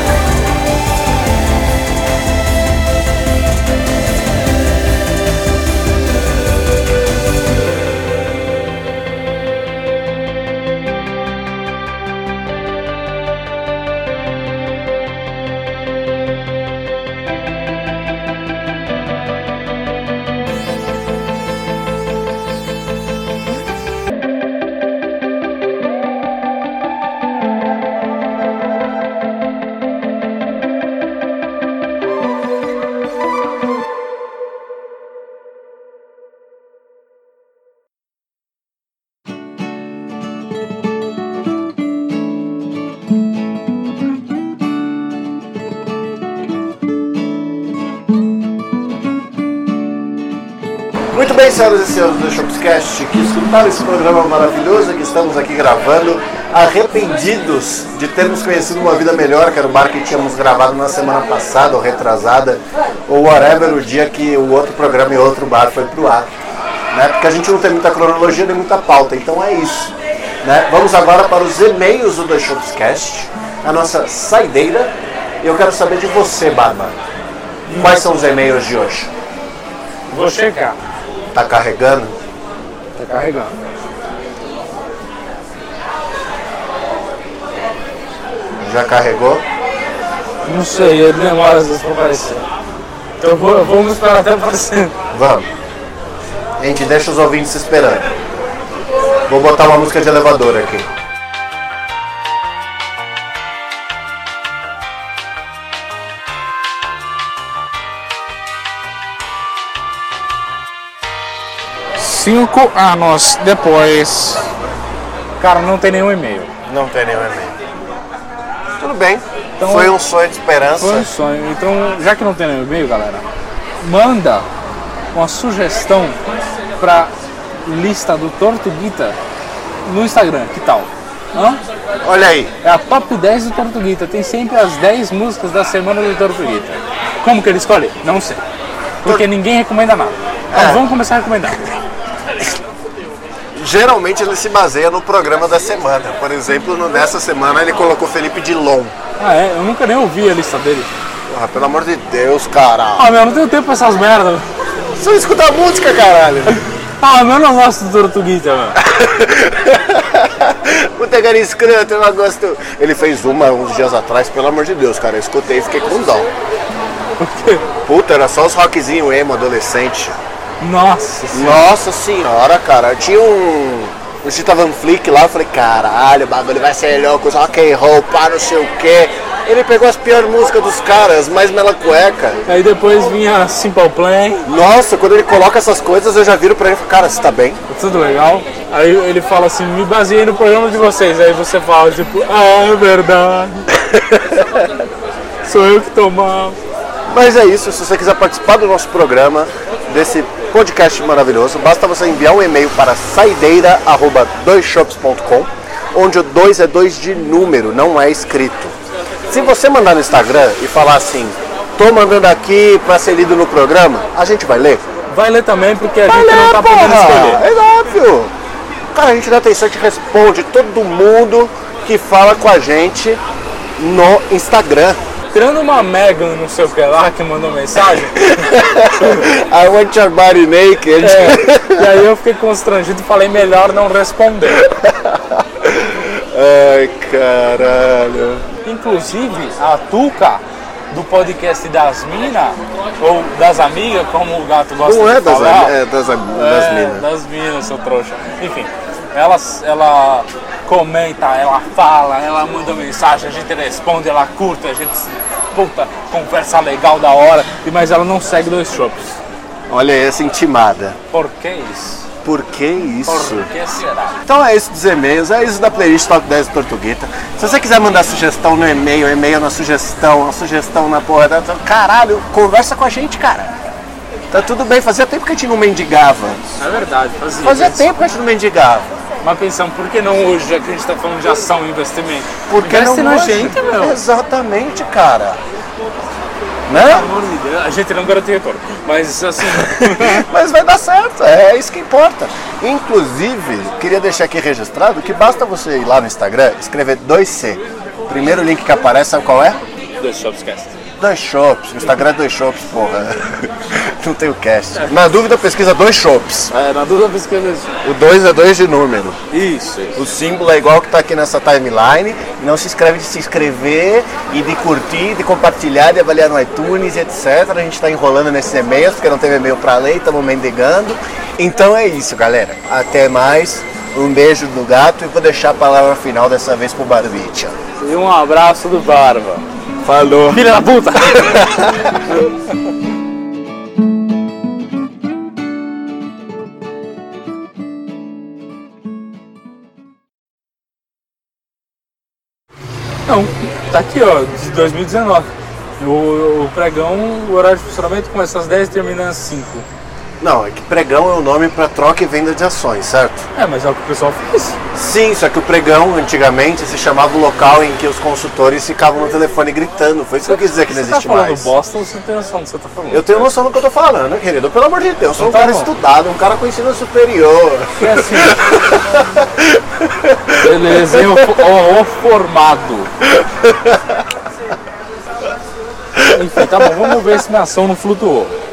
S1: Muito bem, senhoras e senhores do Shopscast, que escutaram esse programa maravilhoso que estamos aqui gravando, arrependidos de termos conhecido Uma Vida Melhor, que era o bar que tínhamos gravado na semana passada, ou retrasada, ou whatever, o dia que o outro programa e outro bar foi pro ar. Né? Porque a gente não tem muita cronologia nem muita pauta, então é isso. Né? Vamos agora para os e-mails do The Shopscast, a nossa saideira. E eu quero saber de você, Bárbara. Quais são os e-mails de hoje?
S2: Vou checar.
S1: Tá carregando?
S2: Tá carregando.
S1: Já carregou?
S2: Não sei, ele demora às vezes pra aparecer. Então vamos esperar até aparecer.
S1: Vamos. A gente deixa os ouvintes esperando. Vou botar uma música de elevador aqui.
S2: Cinco anos depois. Cara, não tem nenhum e-mail.
S1: Não tem nenhum e-mail. Tudo bem.
S2: Então,
S1: foi um sonho de esperança.
S2: Foi um sonho. Então, já que não tem nenhum e-mail, galera, manda uma sugestão pra lista do Tortuguita no Instagram. Que tal? Hã?
S1: Olha aí.
S2: É a top 10 do Tortuguita. Tem sempre as 10 músicas da semana do Tortuguita. Como que ele escolhe? Não sei. Porque ninguém recomenda nada. Então vamos começar a recomendar.
S1: Geralmente ele se baseia no programa da semana. Por exemplo, nessa semana ele colocou Felipe Dilon.
S2: Ah, é? Eu nunca nem ouvi a lista dele.
S1: Porra, pelo amor de Deus, cara.
S2: Ah, meu, não tenho tempo pra essas merdas.
S1: Só escuta música, caralho.
S2: Ah, meu, eu não gosto do Tortuguita, mano.
S1: Puta cara escroto, eu não gosto. Ele fez uma uns dias atrás, pelo amor de Deus, cara. Eu escutei e fiquei com dó. Puta, era só os rockzinho emo, adolescente. Nossa senhora, cara. Tinha um Chita Van Flick lá, eu falei, caralho, o bagulho vai ser louco, rock and roll, pá, não sei o que. Ele pegou as piores músicas dos caras, mais mela cueca.
S2: Aí depois vinha Simple Plan.
S1: Nossa, quando ele coloca essas coisas, eu já viro pra ele e falo, cara, você tá bem?
S2: Tudo legal. Aí ele fala assim, me baseei no programa de vocês. Aí você fala, tipo, é verdade. Sou eu que tô mal.
S1: Mas é isso, se você quiser participar do nosso programa, desse podcast maravilhoso, basta você enviar um e-mail para saideira@doisshops.com, onde o 2 é 2 de número, não é escrito. Se você mandar no Instagram e falar assim, tô mandando aqui para ser lido no programa, a gente vai ler?
S2: Vai ler também, porque a gente não tá podendo escolher.
S1: É óbvio. Cara, a gente dá atenção, a gente responde todo mundo que fala com a gente no Instagram.
S2: Tirando uma Megan, não sei o que lá, que mandou mensagem.
S1: I want your body naked.
S2: E aí eu fiquei constrangido e falei, melhor não responder.
S1: Ai, caralho.
S2: Inclusive, a Tuca, do podcast das minas, ou das amigas, como o gato gosta
S1: Não
S2: de
S1: é das,
S2: falar.
S1: das minas.
S2: Das minas, seu trouxa. Enfim, ela comenta, ela fala, ela manda mensagem, a gente responde, ela curta, a gente conversa legal da hora, mas ela não segue Dois Shops.
S1: Olha essa intimada.
S2: Por que isso?
S1: Por que isso?
S2: Por que será?
S1: Então é isso dos e-mails, é isso da playlist Top 10 do Tortuguita. Se você quiser mandar sugestão no e-mail, e-mail na sugestão, a sugestão na porra da... Caralho, conversa com a gente, cara. Tá tudo bem, fazia tempo que a gente não mendigava.
S2: É verdade,
S1: Fazia tempo que a gente não mendigava.
S2: Mas pensando, por que não hoje, já que a gente tá falando de ação e investimento?
S1: Porque
S2: Investe
S1: não
S2: na
S1: hoje?
S2: gente, meu.
S1: Exatamente, cara. Né?
S2: Pelo amor de Deus, a gente não garante retorno. Mas assim.
S1: Mas vai dar certo, é isso que importa. Inclusive, queria deixar aqui registrado que basta você ir lá no Instagram, escrever 2C. O primeiro link que aparece, sabe qual é?
S2: Dois Shopscast.
S1: Dois Shops, o Instagram é Dois Shops, porra. Não tem o cast. Na dúvida, pesquisa Dois Shops.
S2: Na dúvida pesquisa isso.
S1: O 2 é 2 de número.
S2: Isso.
S1: O símbolo é igual que tá aqui nessa timeline. Não se escreve de se inscrever e de curtir, de compartilhar, de avaliar no iTunes, etc. A gente tá enrolando nesses e-mails, porque não teve e-mail pra ler, estamos mendigando. Então é isso, galera. Até mais. Um beijo do gato e vou deixar a palavra final dessa vez pro Barbicha.
S2: E um abraço do Barba.
S1: Falou.
S2: Filha da puta! Não, tá aqui ó, de 2019. O pregão, o horário de funcionamento começa às 10 e termina às 5.
S1: Não, é que pregão é o nome para troca e venda de ações, certo?
S2: Mas é o que o pessoal fez.
S1: Sim, só que o pregão antigamente se chamava o local em que os consultores ficavam no telefone gritando. Foi isso que eu quis dizer que não existe mais.
S2: Você tá falando bosta ou você tem noção do que você tá falando?
S1: Eu tenho noção do que eu tô falando, querido. Pelo amor de Deus, eu sou um
S2: Então tá
S1: cara
S2: bom.
S1: estudado, um cara com ensino superior.
S2: É assim. Beleza, o formado. Enfim, tá bom, vamos ver se minha ação não flutuou.